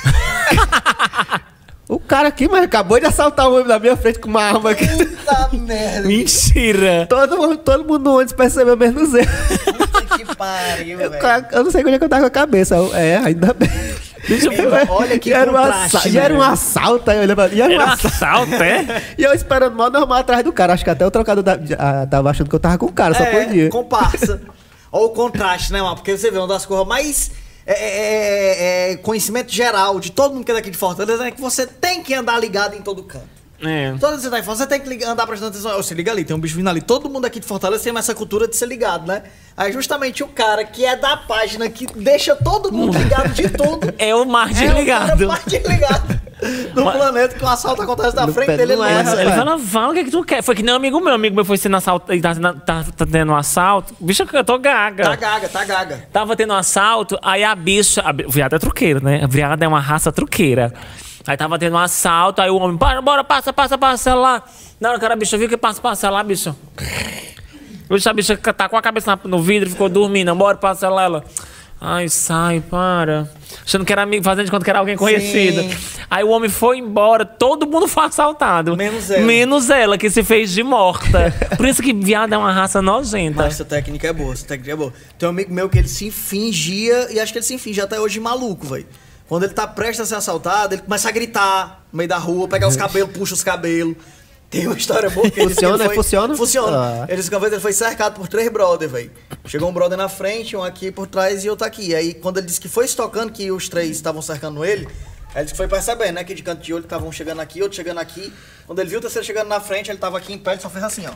O cara aqui, mas acabou de assaltar um homem na minha frente com uma arma aqui. Puta merda. Mentira! Todo mundo no ônibus percebeu menos eu. Puta que pariu, velho. Eu não sei onde é que eu tava com a cabeça. Ainda bem. Olha que era contraste, e era um assalto. Aí eu olhava, e era um assalto, é? E eu esperando mal normal atrás do cara. Acho que até o trocador tava achando que eu tava com o cara, só podia. Comparsa. Olha o contraste, né, mano? Porque você vê uma das coisas mais... conhecimento geral de todo mundo que é daqui de Fortaleza é que você tem que andar ligado em todo canto. Toda vez que você tá em Fortaleza, você tem que andar prestando atenção. Você liga ali, tem um bicho vindo ali. Todo mundo aqui de Fortaleza tem essa cultura de ser ligado, né? Aí justamente o cara que é da página, que deixa todo mundo ligado de tudo. É o Martin ligado. É o Martin ligado do planeta, que o assalto acontece na frente dele. Ele fala, o que tu quer? Foi que nem um amigo meu foi sendo assalto, e tá tendo um assalto. Bicho, eu tô gaga. Tá gaga. Tava tendo um assalto, aí a bicha... O viado é truqueiro, né? A viada é uma raça truqueira. Aí tava tendo um assalto, aí o homem, bora, passa lá. Na hora que a bicha viu que passa lá, bicho. A bicha tá com a cabeça no vidro e ficou dormindo. Bora, passa lá, ela. Ai, sai, para. Achando que era amigo, fazendo de conta que era alguém conhecido. Sim. Aí o homem foi embora, todo mundo foi assaltado. Menos ela, que se fez de morta. Por isso que viado é uma raça nojenta. Mas essa técnica é boa, Tem um amigo meu que ele se fingia, e acho que ele se finge até hoje maluco, velho. Quando ele tá prestes a ser assaltado, ele começa a gritar no meio da rua, pegar os cabelos, puxa os cabelos. Tem uma história boa que ele Funciona? Funciona. Ele disse que uma vez ele foi cercado por 3 brothers, velho. Chegou um brother na frente, um aqui por trás e outro aqui. Aí quando ele disse que foi estocando, que os 3 estavam cercando ele, aí ele disse que foi percebendo, né? Que de canto de olho estavam chegando aqui, outro chegando aqui. Quando ele viu o terceiro chegando na frente, ele tava aqui em pé, ele só fez assim, ó.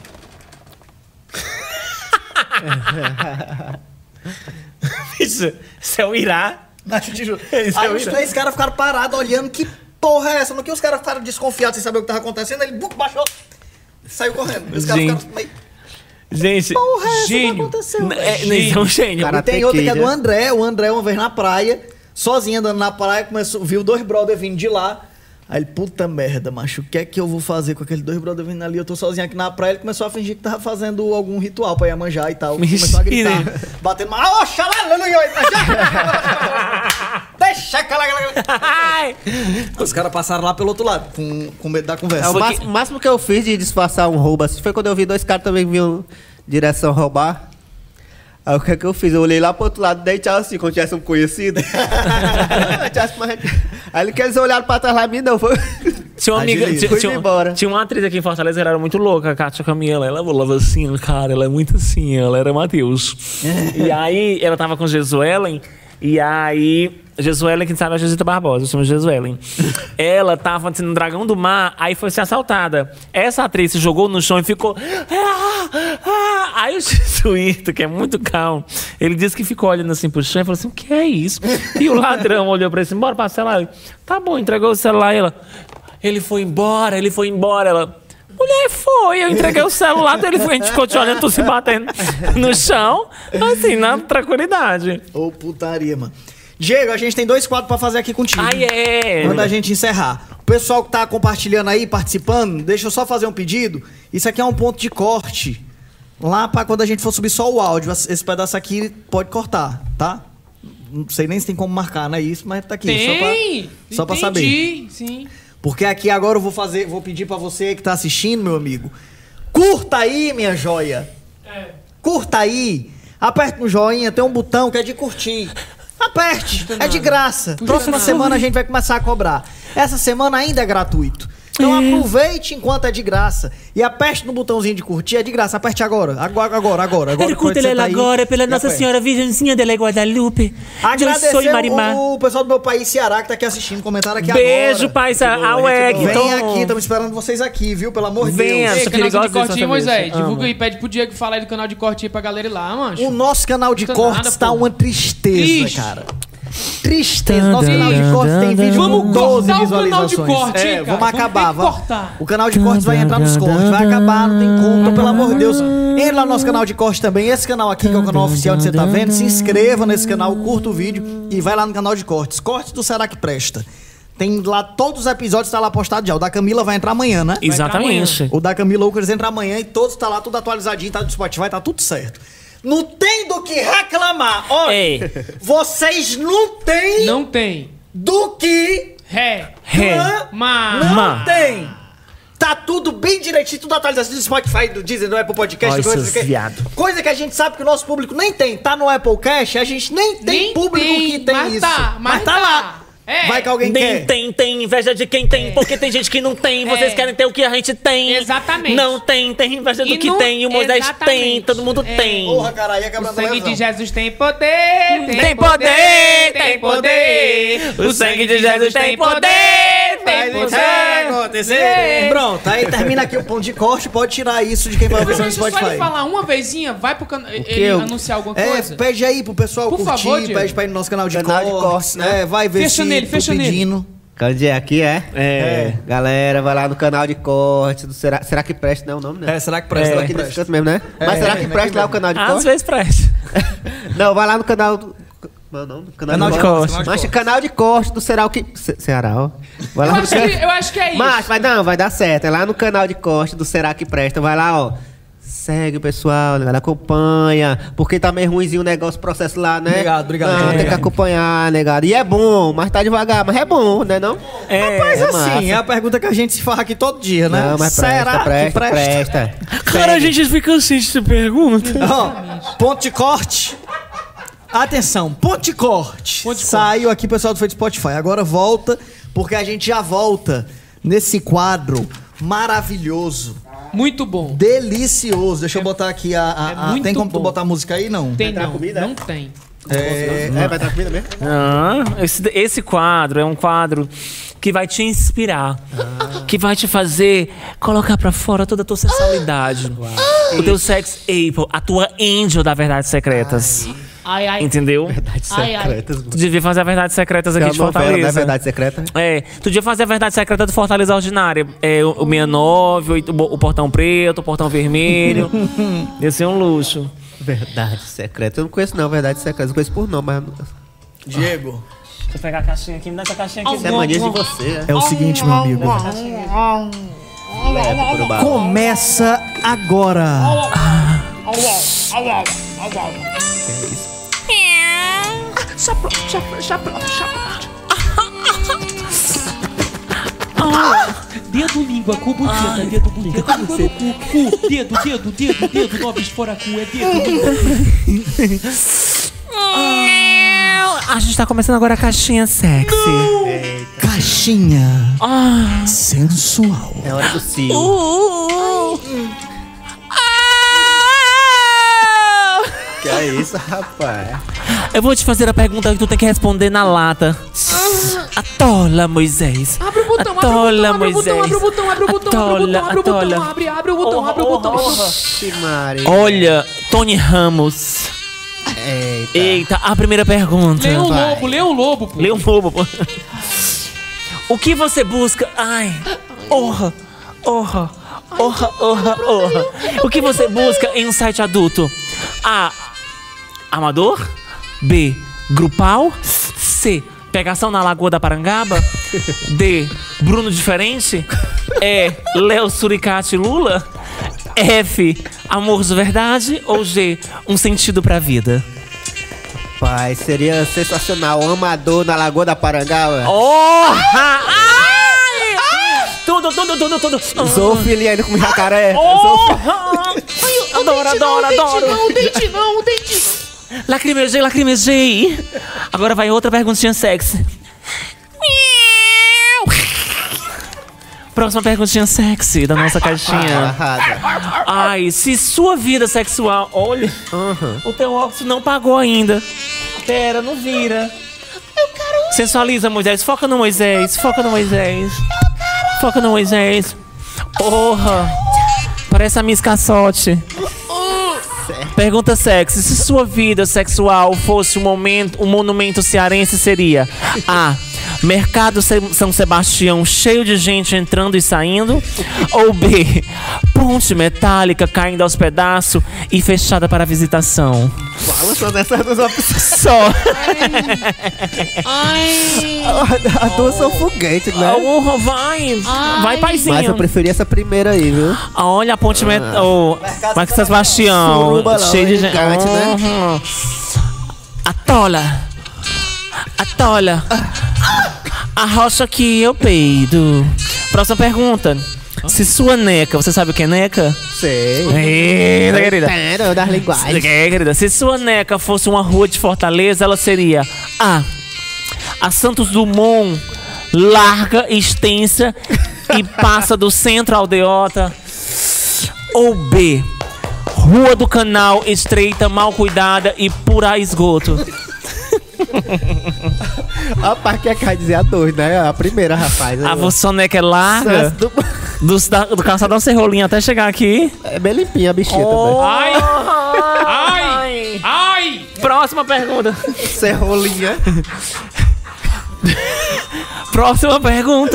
Isso é o Irá. Aí os 3 caras ficaram parados olhando, que porra é essa? No que os caras ficaram desconfiados sem saber o que tava acontecendo, ele baixou, saiu correndo. Os caras ficaram meio... Gente, porra é essa que aconteceu? Isso é um gênio. E tem outra que é do André. O André, uma vez na praia, sozinho andando na praia, viu 2 brothers vindo de lá. Aí ele, puta merda, macho, o que é que eu vou fazer com aqueles 2 brothers vindo ali? Eu tô sozinho aqui na praia. Ele começou a fingir que tava fazendo algum ritual pra Iemanjá e tal. Começou a gritar, batendo mal. Oxalá, deixa aquela... Os caras passaram lá pelo outro lado, com medo da conversa. O máximo que eu fiz de disfarçar um roubo assim foi quando eu vi 2 caras também vinham direção roubar. Aí o que é que eu fiz? Eu olhei lá pro outro lado, dei tchau assim, como tivesse um conhecido. Aí eles olharam pra trás lá, mim não foi. Tinha uma amiga, tinha uma atriz aqui em Fortaleza, ela era muito louca, a Kátia Camila. Ela falava assim, cara, ela é muito assim, ela era Matheus. E aí ela tava com Jesuelen. E aí, Jesuelen, quem sabe é a Josita Barbosa, eu chamo Jesuelen. Ela tava no Dragão do Mar, aí foi ser assaltada. Essa atriz se jogou no chão e ficou... Aí o Jesuíto, que é muito calmo, ele disse que ficou olhando assim pro chão e falou assim, o que é isso? E o ladrão olhou pra ele assim, bora pra celular. Tá bom, entregou o celular. E ela, ele foi embora. Ela... Mulher, foi, eu entreguei o celular, a gente ficou te olhando, tu se batendo no chão, assim, na tranquilidade. Ô, putaria, mano. Diego, a gente tem 2 quadros pra fazer aqui contigo. Quando a gente encerrar. O pessoal que tá compartilhando aí, participando, deixa eu só fazer um pedido. Isso aqui é um ponto de corte. Lá pra quando a gente for subir só o áudio. Esse pedaço aqui pode cortar, tá? Não sei nem se tem como marcar, não é isso, mas tá aqui. Tem! Só pra saber. Sim. Porque aqui agora eu vou pedir pra você que tá assistindo, meu amigo. Curta aí, minha joia. Curta aí. Aperte no joinha, tem um botão que é de curtir. Aperte, é de graça. Próxima semana a gente vai começar a cobrar. Essa semana ainda é gratuito. Então aproveite enquanto é de graça. E aperte no botãozinho de curtir, é de graça. Aperte agora. Agora. Curta ele agora, pela Nossa Senhora Virgenzinha de Guadalupe. Agradecer o pessoal do meu país, Ceará, que tá aqui assistindo, comentaram aqui Beijo, pai, vem aqui, estamos esperando vocês aqui, viu? Pelo amor de Deus. Ei, canal de corte, Moisés. Divulga aí, pede pro Diego falar aí do canal de corte aí pra galera ir lá, mancho. O nosso canal de cortes tá uma tristeza, cara. Tristeza. Nosso canal de cortes tem vídeo com Vamos 12 cortar o canal de visualizações. corte, hein, cara? Vamos acabar. ter que cortar. O canal de cortes vai entrar nos cortes. Vai acabar, não tem como. Então, pelo amor de Deus, entre lá no nosso canal de cortes também. Esse canal aqui, que é o canal oficial onde você tá vendo. Se inscreva nesse canal, curta o vídeo e vai lá no canal de cortes. Cortes do Será Que Presta. Tem lá todos os episódios, tá lá postado já. O da Camila vai entrar amanhã, né? Exatamente. O da Camila Lucas entra amanhã e todos tá lá, tudo atualizadinho, tá no Spotify, tá tudo certo. Não tem do que reclamar. Olha, Ei. vocês não tem Não tem. do que Mas... não tem. Tá tudo bem direitinho, tudo atualizado do Spotify, do Deezer, do Apple Podcast. Olha coisa, esses viado. coisa que a gente sabe que o nosso público nem tem. Tá no Apple Cash, a gente nem tem público que tem mas isso. mas tá lá. É. Vai que alguém quer. Tem inveja de quem tem, porque tem gente que não tem. Vocês querem ter o que a gente tem. Exatamente. Não tem inveja do E que não- tem. E o Moisés exatamente. tem, todo mundo tem. Porra, caralho, é O quebrando a sangue de razão. Jesus tem poder, Tem poder, tem poder. O sangue de Jesus tem poder, tem Vai poder. acontecer. Pronto, aí termina aqui o ponto de corte. Pode tirar isso de quem vai ver no Deixa eu só ele Spotify. falar uma vezinha, vai pro canal, ele anunciar alguma coisa. Pede aí pro pessoal Por curtir, favor, Diego. pede pra ir no nosso canal de Canal de cortes, cortes, né? vai ver Fecha se nele, tô fecha nele. pedindo. Onde é? Aqui é? É. Galera, vai lá no canal de corte do Será que Presta, não é o nome, né? Será que presta? Aqui nesse canto mesmo, né? Mas será que presta lá o canal de Às corte? vezes presta. Não, vai lá no canal do... Meu nome? Canal de corte. corte. Mas canal de corte do Será o que... Ceará, ó. Vai lá Eu acho que é isso. Mas vai dar certo. É lá no canal de corte do Será que Presta. Vai lá, ó. Segue o pessoal, né? Acompanha. Porque tá meio ruimzinho o negócio, o processo lá, né? Obrigado. Não, tem que acompanhar, negado. E é bom, mas tá devagar. Mas é bom, né não? Mas é assim, massa. é a pergunta que a gente se farra aqui todo dia, né? Não, mas Será que presta. Cara, a gente fica assim de pergunta. Ó, ponto de corte. Atenção, ponto de corte. Saiu aqui, pessoal do Feito Spotify. Agora volta, porque a gente já volta nesse quadro maravilhoso, Muito bom. delicioso. Deixa eu botar aqui muito tem como tu bom. botar a música aí? Não. Tem Vai dar não, comida, não tem. Vai dar comida mesmo? Esse quadro é um quadro que vai te inspirar, que vai te fazer colocar pra fora toda a tua sensualidade, o teu sex appeal, a tua angel da Verdades Secretas. Ai. Entendeu? Ai. Secretas. Tu devia fazer a Verdades Secretas aqui É de uma novela, Fortaleza. né? Verdade secreta. É, tu devia fazer a Verdade Secreta do Fortaleza Ordinária. É, o 69, o Portão Preto, o Portão Vermelho. Ia ser um luxo. Verdade secreta. Eu não conheço não, verdade secreta. Eu conheço por nome, mas... Diego. Deixa eu pegar a caixinha aqui, me dá essa caixinha aqui. Isso é mania de você, né? É o seguinte, meu amigo. Leva pro bar. Começa agora. Dedo, língua, cu, buceta, dedo, buceta, cu, dedo, nobres fora cu, é dedo, língua. A gente tá começando agora a caixinha sexy. Caixinha sensual. É hora do cio. Que é isso, rapaz? Eu vou te fazer a pergunta que tu tem que responder na lata. Atola, Moisés. Abre o botão, Atola, abre o botão, Moisés. abre o botão, abre o botão, abre o botão, abre o botão, abre o botão, abre o botão. Oxi, Maria. Olha, Tony Ramos. Eita. Eita, a primeira pergunta. Lê o lobo, pô. Lê um bobo, pô. O que você busca? Ai, orra. O que você busca em um site adulto? A. Amador. B. Grupal. C. Pegação na Lagoa da Parangaba. D. Bruno Diferente. E. Léo Suricate Lula. F. Amor de verdade. Ou G. Um sentido pra vida. Pai, seria sensacional. O amador na Lagoa da Parangaba. Orra! Ai! Tudo. Zoofilia ainda com jacaré. Orra! Adoro. O dente não. Lacrimejei. Agora vai outra perguntinha sexy. Próxima perguntinha sexy da nossa caixinha. Arrasa. Ai, se sua vida sexual... Olha, o teu óculos não pagou ainda. Pera, não vira. Sensualiza, Moisés. Foca no Moisés. Porra. Parece a Miss Cassote. Pergunta sexy. Se sua vida sexual fosse um monumento cearense, seria A. Mercado São Sebastião cheio de gente entrando e saindo, ou B. Ponte metálica caindo aos pedaços e fechada para visitação? Fala só dessas duas opções. Só. As duas são foguetes, né? Vai, paizinho. Mas eu preferi essa primeira aí, viu? Olha a ponte metálica. Marcos Sebastião. Suruba lá, Cheio de gente. elegante, né? Atola. A rocha que eu peido. Próxima pergunta. Se sua neca, você sabe o que é neca? Sei. Eita, querida. Entendo das linguagens. Querida. Se sua neca fosse uma rua de Fortaleza, ela seria A Santos Dumont, larga, extensa e passa do centro à aldeota. Ou B, Rua do Canal, estreita, mal cuidada e pura esgoto. A parte que é quer dizer a dois, né? A primeira, rapaz. A sua neca é larga, do calçadão Serrolinho até chegar aqui. É bem limpinha a bichinha também. Ai! Próxima pergunta. Serrolinha. Próxima pergunta.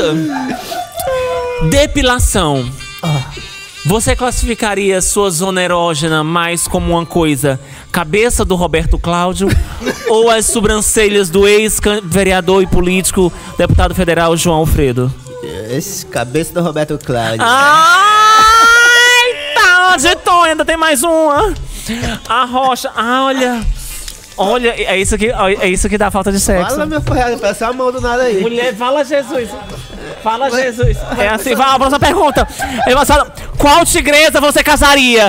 Depilação. Você classificaria sua zona erógena mais como uma coisa cabeça do Roberto Cláudio ou as sobrancelhas do ex-vereador e político, deputado federal João Alfredo? Esse cabeça do Roberto Cláudio. Ai, tá, Getônia, ainda tem mais uma. A rocha, olha, é isso que dá falta de sexo. Fala, meu filho, parece a mão do nada aí. Mulher, fala Jesus. Fala Jesus. É assim, vai a próxima pergunta. Qual tigresa você casaria?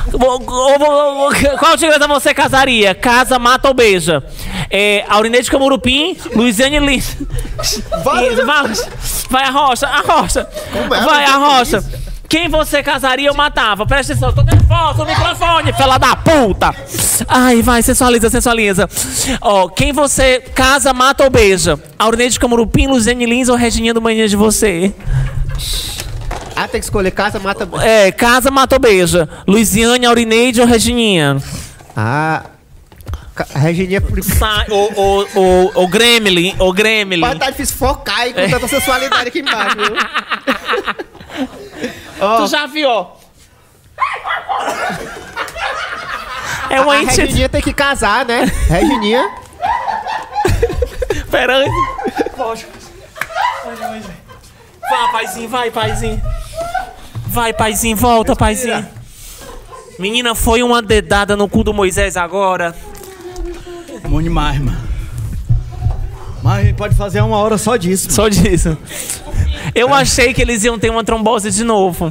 Qual tigresa você casaria? Casa, mata ou beija? Aurinete Camurupim, Luiziane Lins. Vai a rocha. Vai a rocha. Quem você casaria ou matava? Presta atenção, tô nervosa, o microfone, fela da puta. Ai, vai, sensualiza. Ó, quem você casa, mata ou beija? Aurinete Camurupim, Luziane Lins ou Regininha do Manhã de Você? Tem que escolher casa, mata... Casa, mata ou beija? Luiziane, Aurineide ou Regininha? Regininha... O Gremlin. Mas tá difícil focar aí com tanta sensualidade aqui embaixo, viu? Tu já viu, ó. É uma entidade. Regininha tem que casar, né? Regininha. Pera aí. Vai, paizinho. Vai, paizinho, volta, paizinho. Menina, foi uma dedada no cu do Moisés agora. Bom demais, mano. Mas a gente pode fazer uma hora só disso. Só disso. Eu achei que eles iam ter uma trombose de novo.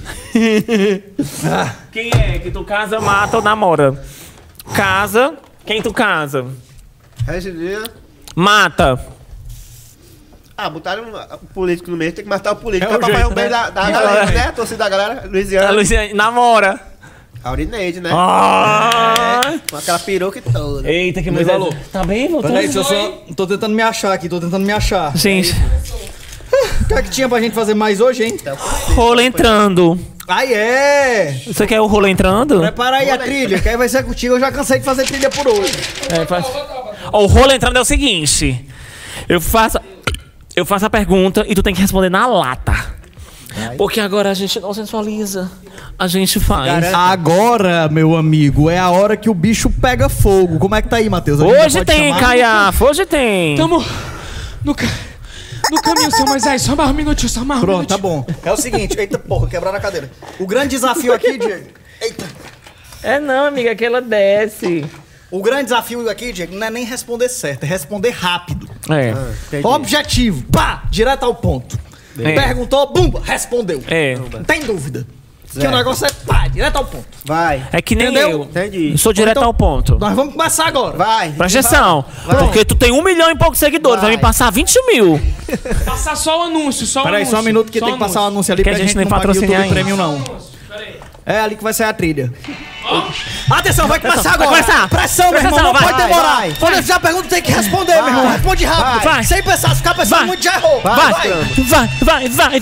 Quem é que tu casa, mata ou namora? Casa. Quem tu casa? Regininha. Mata. Botaram um político no meio, tem que matar o político. É pra o bem da galera, né? Torcida da galera. Luiziane. Namora. Aurineide, né? Com aquela peruca e toda. Eita, que mais valor. Tá bem, voltou? Peraí, eu só tô tentando me achar aqui, Gente. O que é que tinha pra gente fazer mais hoje, hein? Rola entrando. Você quer o rola entrando? Prepara aí a trilha, que aí vai ser contigo. Eu já cansei de fazer trilha por hoje. O rola entrando é o seguinte. Eu faço a pergunta e tu tem que responder na lata. Porque agora a gente não sensualiza. A gente faz. Agora, meu amigo, é a hora que o bicho pega fogo. Como é que tá aí, Matheus? Hoje tem, Caiafa. Hoje tem. Tamo no caminho, seu Moisés. Só mais um minutinho, Pronto, tá bom. É o seguinte. Eita, porra, quebraram a cadeira. O grande desafio aqui, Diego... Eita. Não, amiga, que ela desce. O grande desafio aqui, Diego, não é nem responder certo. É responder rápido. Objetivo. Pá! Direto ao ponto. Perguntou, bumba, respondeu. Não tem dúvida. Que o negócio é pá, direto ao ponto. Vai. É que nem Entendeu? eu. Entendi. Eu sou direto ao ponto. Nós vamos começar agora. Vai. Presta atenção. Porque tu tem 1 milhão e poucos seguidores. Vai me passar 20 mil. Passar só o anúncio, Peraí, só um minuto que tem que passar o anúncio ali Que pra a gente gente nem não paga patrocina YouTube ainda. Premium, não. É ali que vai sair a trilha. Atenção, vai começar agora. Vai começar. Pressão, meu irmão, Pressão, não vai, pode demorar. vai. Quando eu fizer a pergunta, tem que responder, meu irmão. Responde rápido. Vai. Sem pensar, se ficar pensando Vai. muito, já errou. Vai.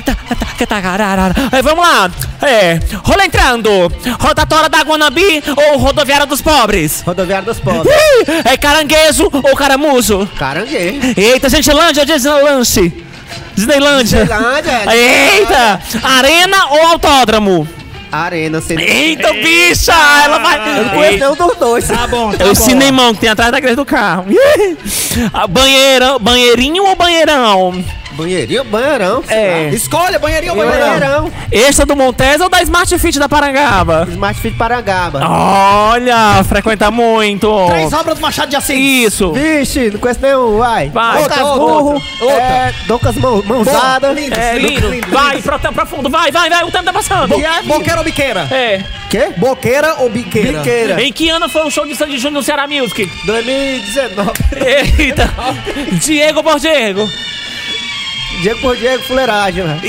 Vamos lá. Rola entrando. Rotatória da Guanabi ou rodoviária dos pobres? Rodoviária dos pobres. É caranguejo ou caramujo? Caranguejo. Eita, Gentilândia ou Disneylanche? Disneylândia. Disneylândia. Eita, arena ou autódromo? Arena, cinema. Eita, bicha! Ela vai. Eu não conheço nenhum dos dois. Tá bom, É o cinemão que tem atrás da igreja do carro. Banheirinho ou banheirão? Banheirinho, banheirão. Escolha, banheirinho ou banheirão? Banheirão. Esta do Montesa ou da Smart Fit da Parangaba? Smart Fit Parangaba. Olha, frequenta muito. 3 obras do Machado de Assis. Isso. Vixe, não conheço nenhum, vai. Vai. Dom Casmurro. Dom Mãozada. Lindo, É lindo. Vai, pra fundo. Vai. O tempo tá passando. Boqueira ou biqueira? É. Quê? Boqueira ou biqueira? Biqueira. Em que ano foi o show de Sandy Júnior no Ceará Music? 2019. Eita. Diego por Diego. Diego por Diego, fuleiragem, velho.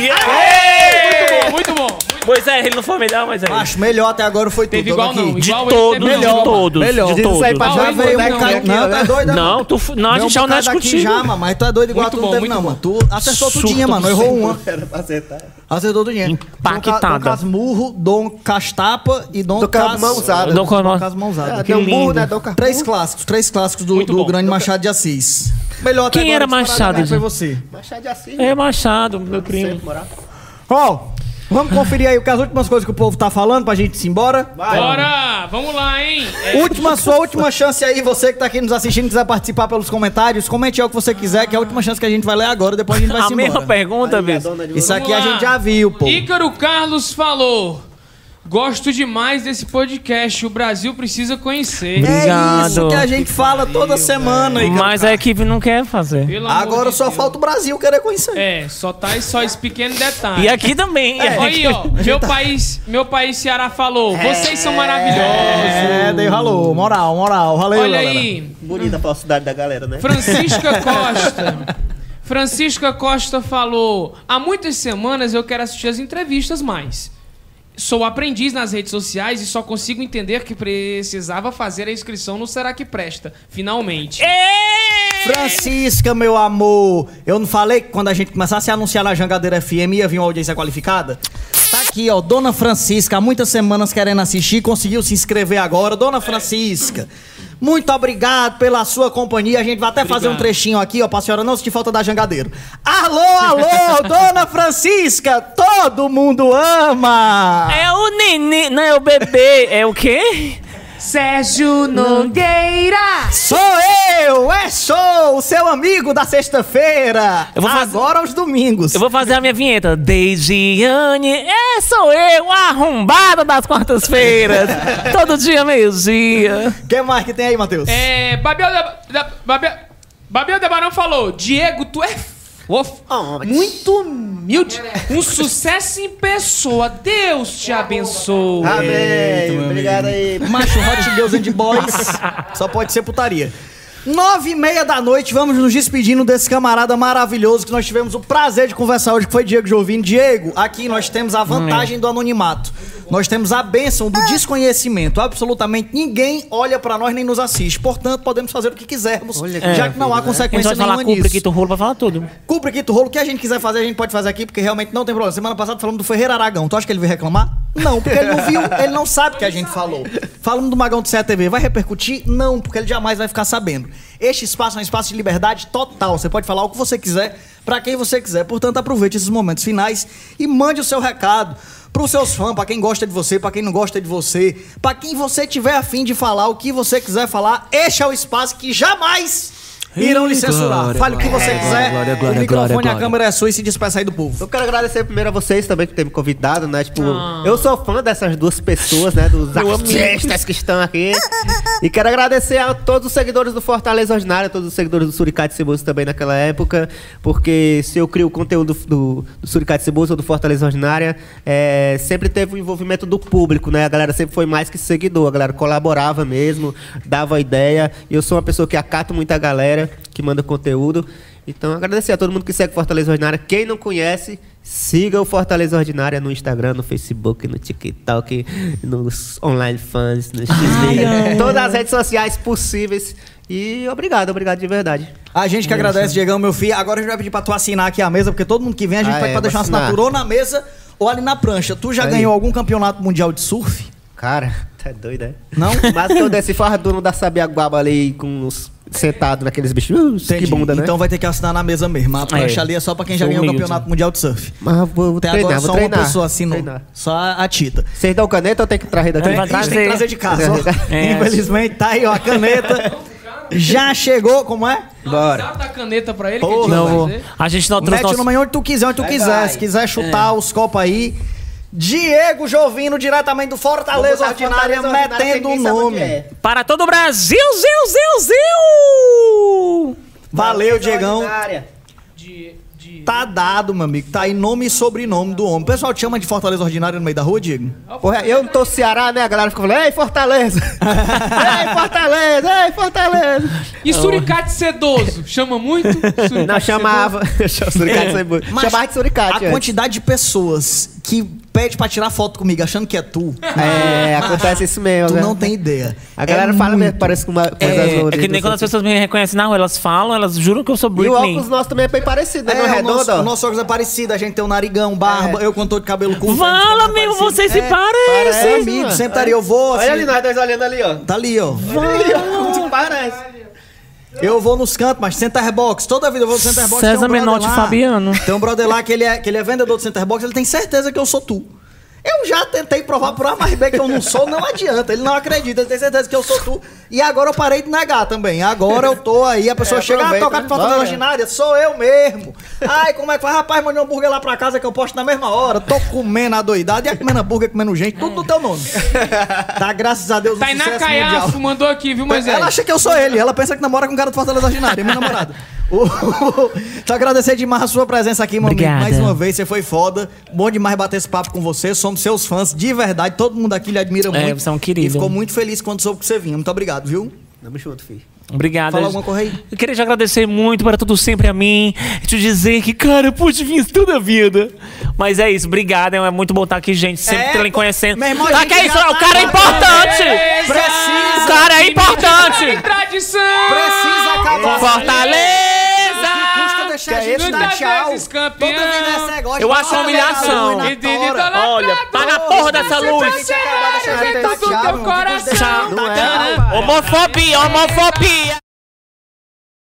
Muito bom. Pois é, ele não foi melhor, mas é. Acho melhor até agora foi tudo. Teve igual Tamo não. aqui. De Igual todos, ele teve de todos. Melhor. De Diz isso aí pra todos. Já veio um Não, bocado. aqui, Não, tá doido, Não, não, a gente é honesto aqui contigo. já, mas tu é doido igual Muito tu não bom, teve, muito não, bom. mano. Tu acertou Surto tudinha, mano. Errou uma. Era pra acertar. Acertou tudinha. Impactada. Dom Casmurro, Dom Castapa e Dom Dom Casmãozada. Dom Casmão- Casmãozada. Dom lindo. Burro, né? Dom Casmurro. Três clássicos do, Muito do bom. grande Machado de Assis. Melhor até Quem agora era disparado, Machado, né? Foi gente? você. Machado de Assis. É Machado, meu primo. Ó, vamos conferir aí as últimas coisas que o povo tá falando pra gente ir embora. Bora! Vamos lá, hein? Sua última chance aí, você que tá aqui nos assistindo, quiser participar pelos comentários, comente aí o que você quiser, que é a última chance que a gente vai ler agora, depois a gente vai A se mesma embora. pergunta, bicho. Isso aqui Vamos a lá. gente já viu, pô. Ícaro Carlos falou: gosto demais desse podcast, o Brasil precisa conhecer. Obrigado. É isso que a gente fala toda semana, Ícaro. Mas a equipe não quer fazer. Pelo amor Agora de só Deus. falta o Brasil querer conhecer. É, só esse pequeno detalhe. E aqui também. Olha aí, ó. Meu país Ceará falou: vocês são maravilhosos. É, dei valor, moral. Valeu, Olha galera. aí, Bonita a falsidade da galera, né? Francisca Costa falou: há muitas semanas eu quero assistir as entrevistas mais. Sou aprendiz nas redes sociais e só consigo entender que precisava fazer a inscrição no Será que Presta, finalmente. Francisca, meu amor, eu não falei que quando a gente começasse a anunciar na Jangadeira FM ia vir uma audiência qualificada? Tá aqui, ó, Dona Francisca, há muitas semanas querendo assistir, conseguiu se inscrever agora. Dona Francisca, muito obrigado pela sua companhia. A gente vai até fazer um trechinho aqui, ó, pra senhora não sentir falta da Jangadeiro. Alô, Dona Francisca, todo mundo ama! É o neném, não é o bebê, é o quê? Sérgio Nogueira! Sou sou o seu amigo da sexta-feira. Eu vou fazer- Agora aos domingos. Eu vou fazer a minha vinheta. Deidiane, sou eu, a arrombada das quartas-feiras. Todo dia, meio-dia. O que mais que tem aí, Matheus? Babel Debarão falou: Diego, tu é muito humilde. Um sucesso em pessoa. Deus te abençoe. Amém. Obrigado aí. Macho Hot Girls and Boys. Só pode ser putaria. 9h30 da noite, vamos nos despedindo desse camarada maravilhoso que nós tivemos o prazer de conversar hoje, que foi Diego Jovini. Diego, aqui nós temos a vantagem do anonimato. Nós temos a bênção do desconhecimento. Absolutamente ninguém olha pra nós nem nos assiste. Portanto, podemos fazer o que quisermos, já que não há A gente consequência vai falar nenhuma com o nisso. Priquito Rolo pra falar tudo. Cubra aqui, rolo, o que a gente quiser fazer, a gente pode fazer aqui, porque realmente não tem problema. Semana passada falamos do Ferreira Aragão. Tu acha que ele veio reclamar? Não, porque ele não viu, ele não sabe o que a gente falou. Falamos do Magão do CETV, vai repercutir? Não, porque ele jamais vai ficar sabendo. Este espaço é um espaço de liberdade total. Você pode falar o que você quiser, pra quem você quiser. Portanto, aproveite esses momentos finais e mande o seu recado pros seus fãs, pra quem gosta de você, pra quem não gosta de você, pra quem você tiver a fim de falar o que você quiser falar. Este é o espaço que jamais irão lhe censurar. Fale o que você quiser. O microfone, a câmera é sua e se despeça aí do povo. Eu quero agradecer primeiro a vocês também que ter me convidado, né? Tipo, eu sou fã dessas duas pessoas, né? Dos artistas que estão aqui. E quero agradecer a todos os seguidores do Fortaleza Ordinária, todos os seguidores do Suricate Ceboso também naquela época, porque se eu crio o conteúdo do Suricate Ceboso ou do Fortaleza Ordinária, sempre teve o envolvimento do público, né? A galera sempre foi mais que seguidor, a galera colaborava mesmo, dava ideia. E eu sou uma pessoa que acato muita galera, que manda conteúdo. Então, agradecer a todo mundo que segue Fortaleza Ordinária. Quem não conhece, Siga o Fortaleza Ordinária no Instagram, no Facebook, no TikTok, nos online fans, no X-Video, todas as redes sociais possíveis. E obrigado de verdade. A gente que agradece, Diegão, meu filho. Agora a gente vai pedir pra tu assinar aqui a mesa, porque todo mundo que vem a gente pede pra deixar uma assinatura ou na mesa ou ali na prancha. Tu já ganhou algum campeonato mundial de surf? Cara, tá doido, né? Não? Mas que eu desci farduno da Sabiaguaba ali com os... sentado naqueles bichos. Que bunda, né? Então vai ter que assinar na mesa mesmo. A prancha ali é só pra quem já ganhou o campeonato mundial de surf. Mas vou Até treinar, agora só vou treinar. uma pessoa assinou. Treinar. Só a Tita. Vocês dão caneta ou tem que trazer daqui? Vai A gente tem que trazer. trazer de casa. ó. É. Infelizmente, tá aí, ó, a caneta. Já chegou, como é? Bora. Dá a caneta pra ele, Porra, que ele Não, vai vou. fazer. A gente não trouxe Mete nosso... o nome onde tu quiser, onde tu quiser. Se quiser chutar os copos aí. Diego Jovino, diretamente do Fortaleza Ordinária, metendo o nome. Para todo o Brasil, Valeu, Diegão. De... Tá dado, meu amigo. Tá aí nome e sobrenome do homem. O pessoal te chama de Fortaleza Ordinária no meio da rua, Diego? Porra, eu não tô Ceará, né? A galera fica falando, ei, Fortaleza! Ei, Fortaleza! Ei, Fortaleza! E suricate sedoso? Chama muito? Suricate Não, chamava. Suricate sempre. Mas Chamava de suricate. A antes. quantidade de pessoas que pede pra tirar foto comigo achando que é tu. É, acontece isso mesmo. Tu né? não tem ideia. A galera fala mesmo, parece com uma coisa É que nem quando as pessoas me reconhecem na rua, elas falam, elas juram que eu sou E o Britney. óculos nosso também é bem parecido, né? É, Não é o redondo, nosso, ó. o nosso óculos é parecido, a gente tem o narigão, barba, eu quando tô de cabelo curto. Fala, meu, vocês se parecem. É, amigo, sempre estaria, eu vou assim, Olha ali, nós dois olhando ali, ó. tá ali, ó. Como parece. Eu vou nos cantos, mas Centerbox, toda vida eu vou no Centerbox. César tem um brother Menotti lá- Fabiano. Tem um brother lá que ele é vendedor do Centerbox, ele tem certeza que eu sou tu. Eu já tentei provar por A mais B que eu não sou, não adianta. Ele não acredita, ele tem certeza que eu sou tu. E agora eu parei de negar também. Agora eu tô aí, a pessoa chega, aproveita, tocar de né? Fortaleza Bora. Ordinária, sou eu mesmo. Ai, como é que faz? Rapaz, mandei um hambúrguer lá pra casa que eu posto na mesma hora. Tô comendo a doidada, e comendo hambúrguer, comendo gente, tudo no teu nome. Tá, graças a Deus, um Tainá sucesso Caiafo mundial. mandou aqui, viu, Moisés? Ela acha que eu sou ele, ela pensa que namora com um cara do Fortaleza Ordinária, é meu namorado. Então agradecer demais a sua presença aqui, meu amigo. Obrigada. Mais uma vez, você foi foda. Bom demais bater esse papo com você. Somos seus fãs, de verdade. Todo mundo aqui lhe admira muito. você é um querido. E ficou muito feliz quando soube que você vinha. Muito obrigado, viu? Tamo junto, filho. Obrigado. Fala alguma coisa aí. Eu queria te agradecer muito para tudo sempre a mim. E te dizer que, cara, eu pude vir toda a vida. Mas é isso, obrigado. É muito bom estar aqui, gente. Sempre É, te lhe conhecendo. meu irmão, a Tá, gente que é isso? já O tá- cara é importante! Precisa. O cara é importante! Tem tradição! Precisa acabar. Fortaleza! Custa deixar a gente Muitas dar tchau. vezes campeão. Toda vida esse negócio Eu de acho uma humilhação. na tora. Olha, paga a porra dessa luz! Acabar deixando a gente dar tchau, meu. Coração. Tchau. Não é, rapaz. Homofobia, homofobia!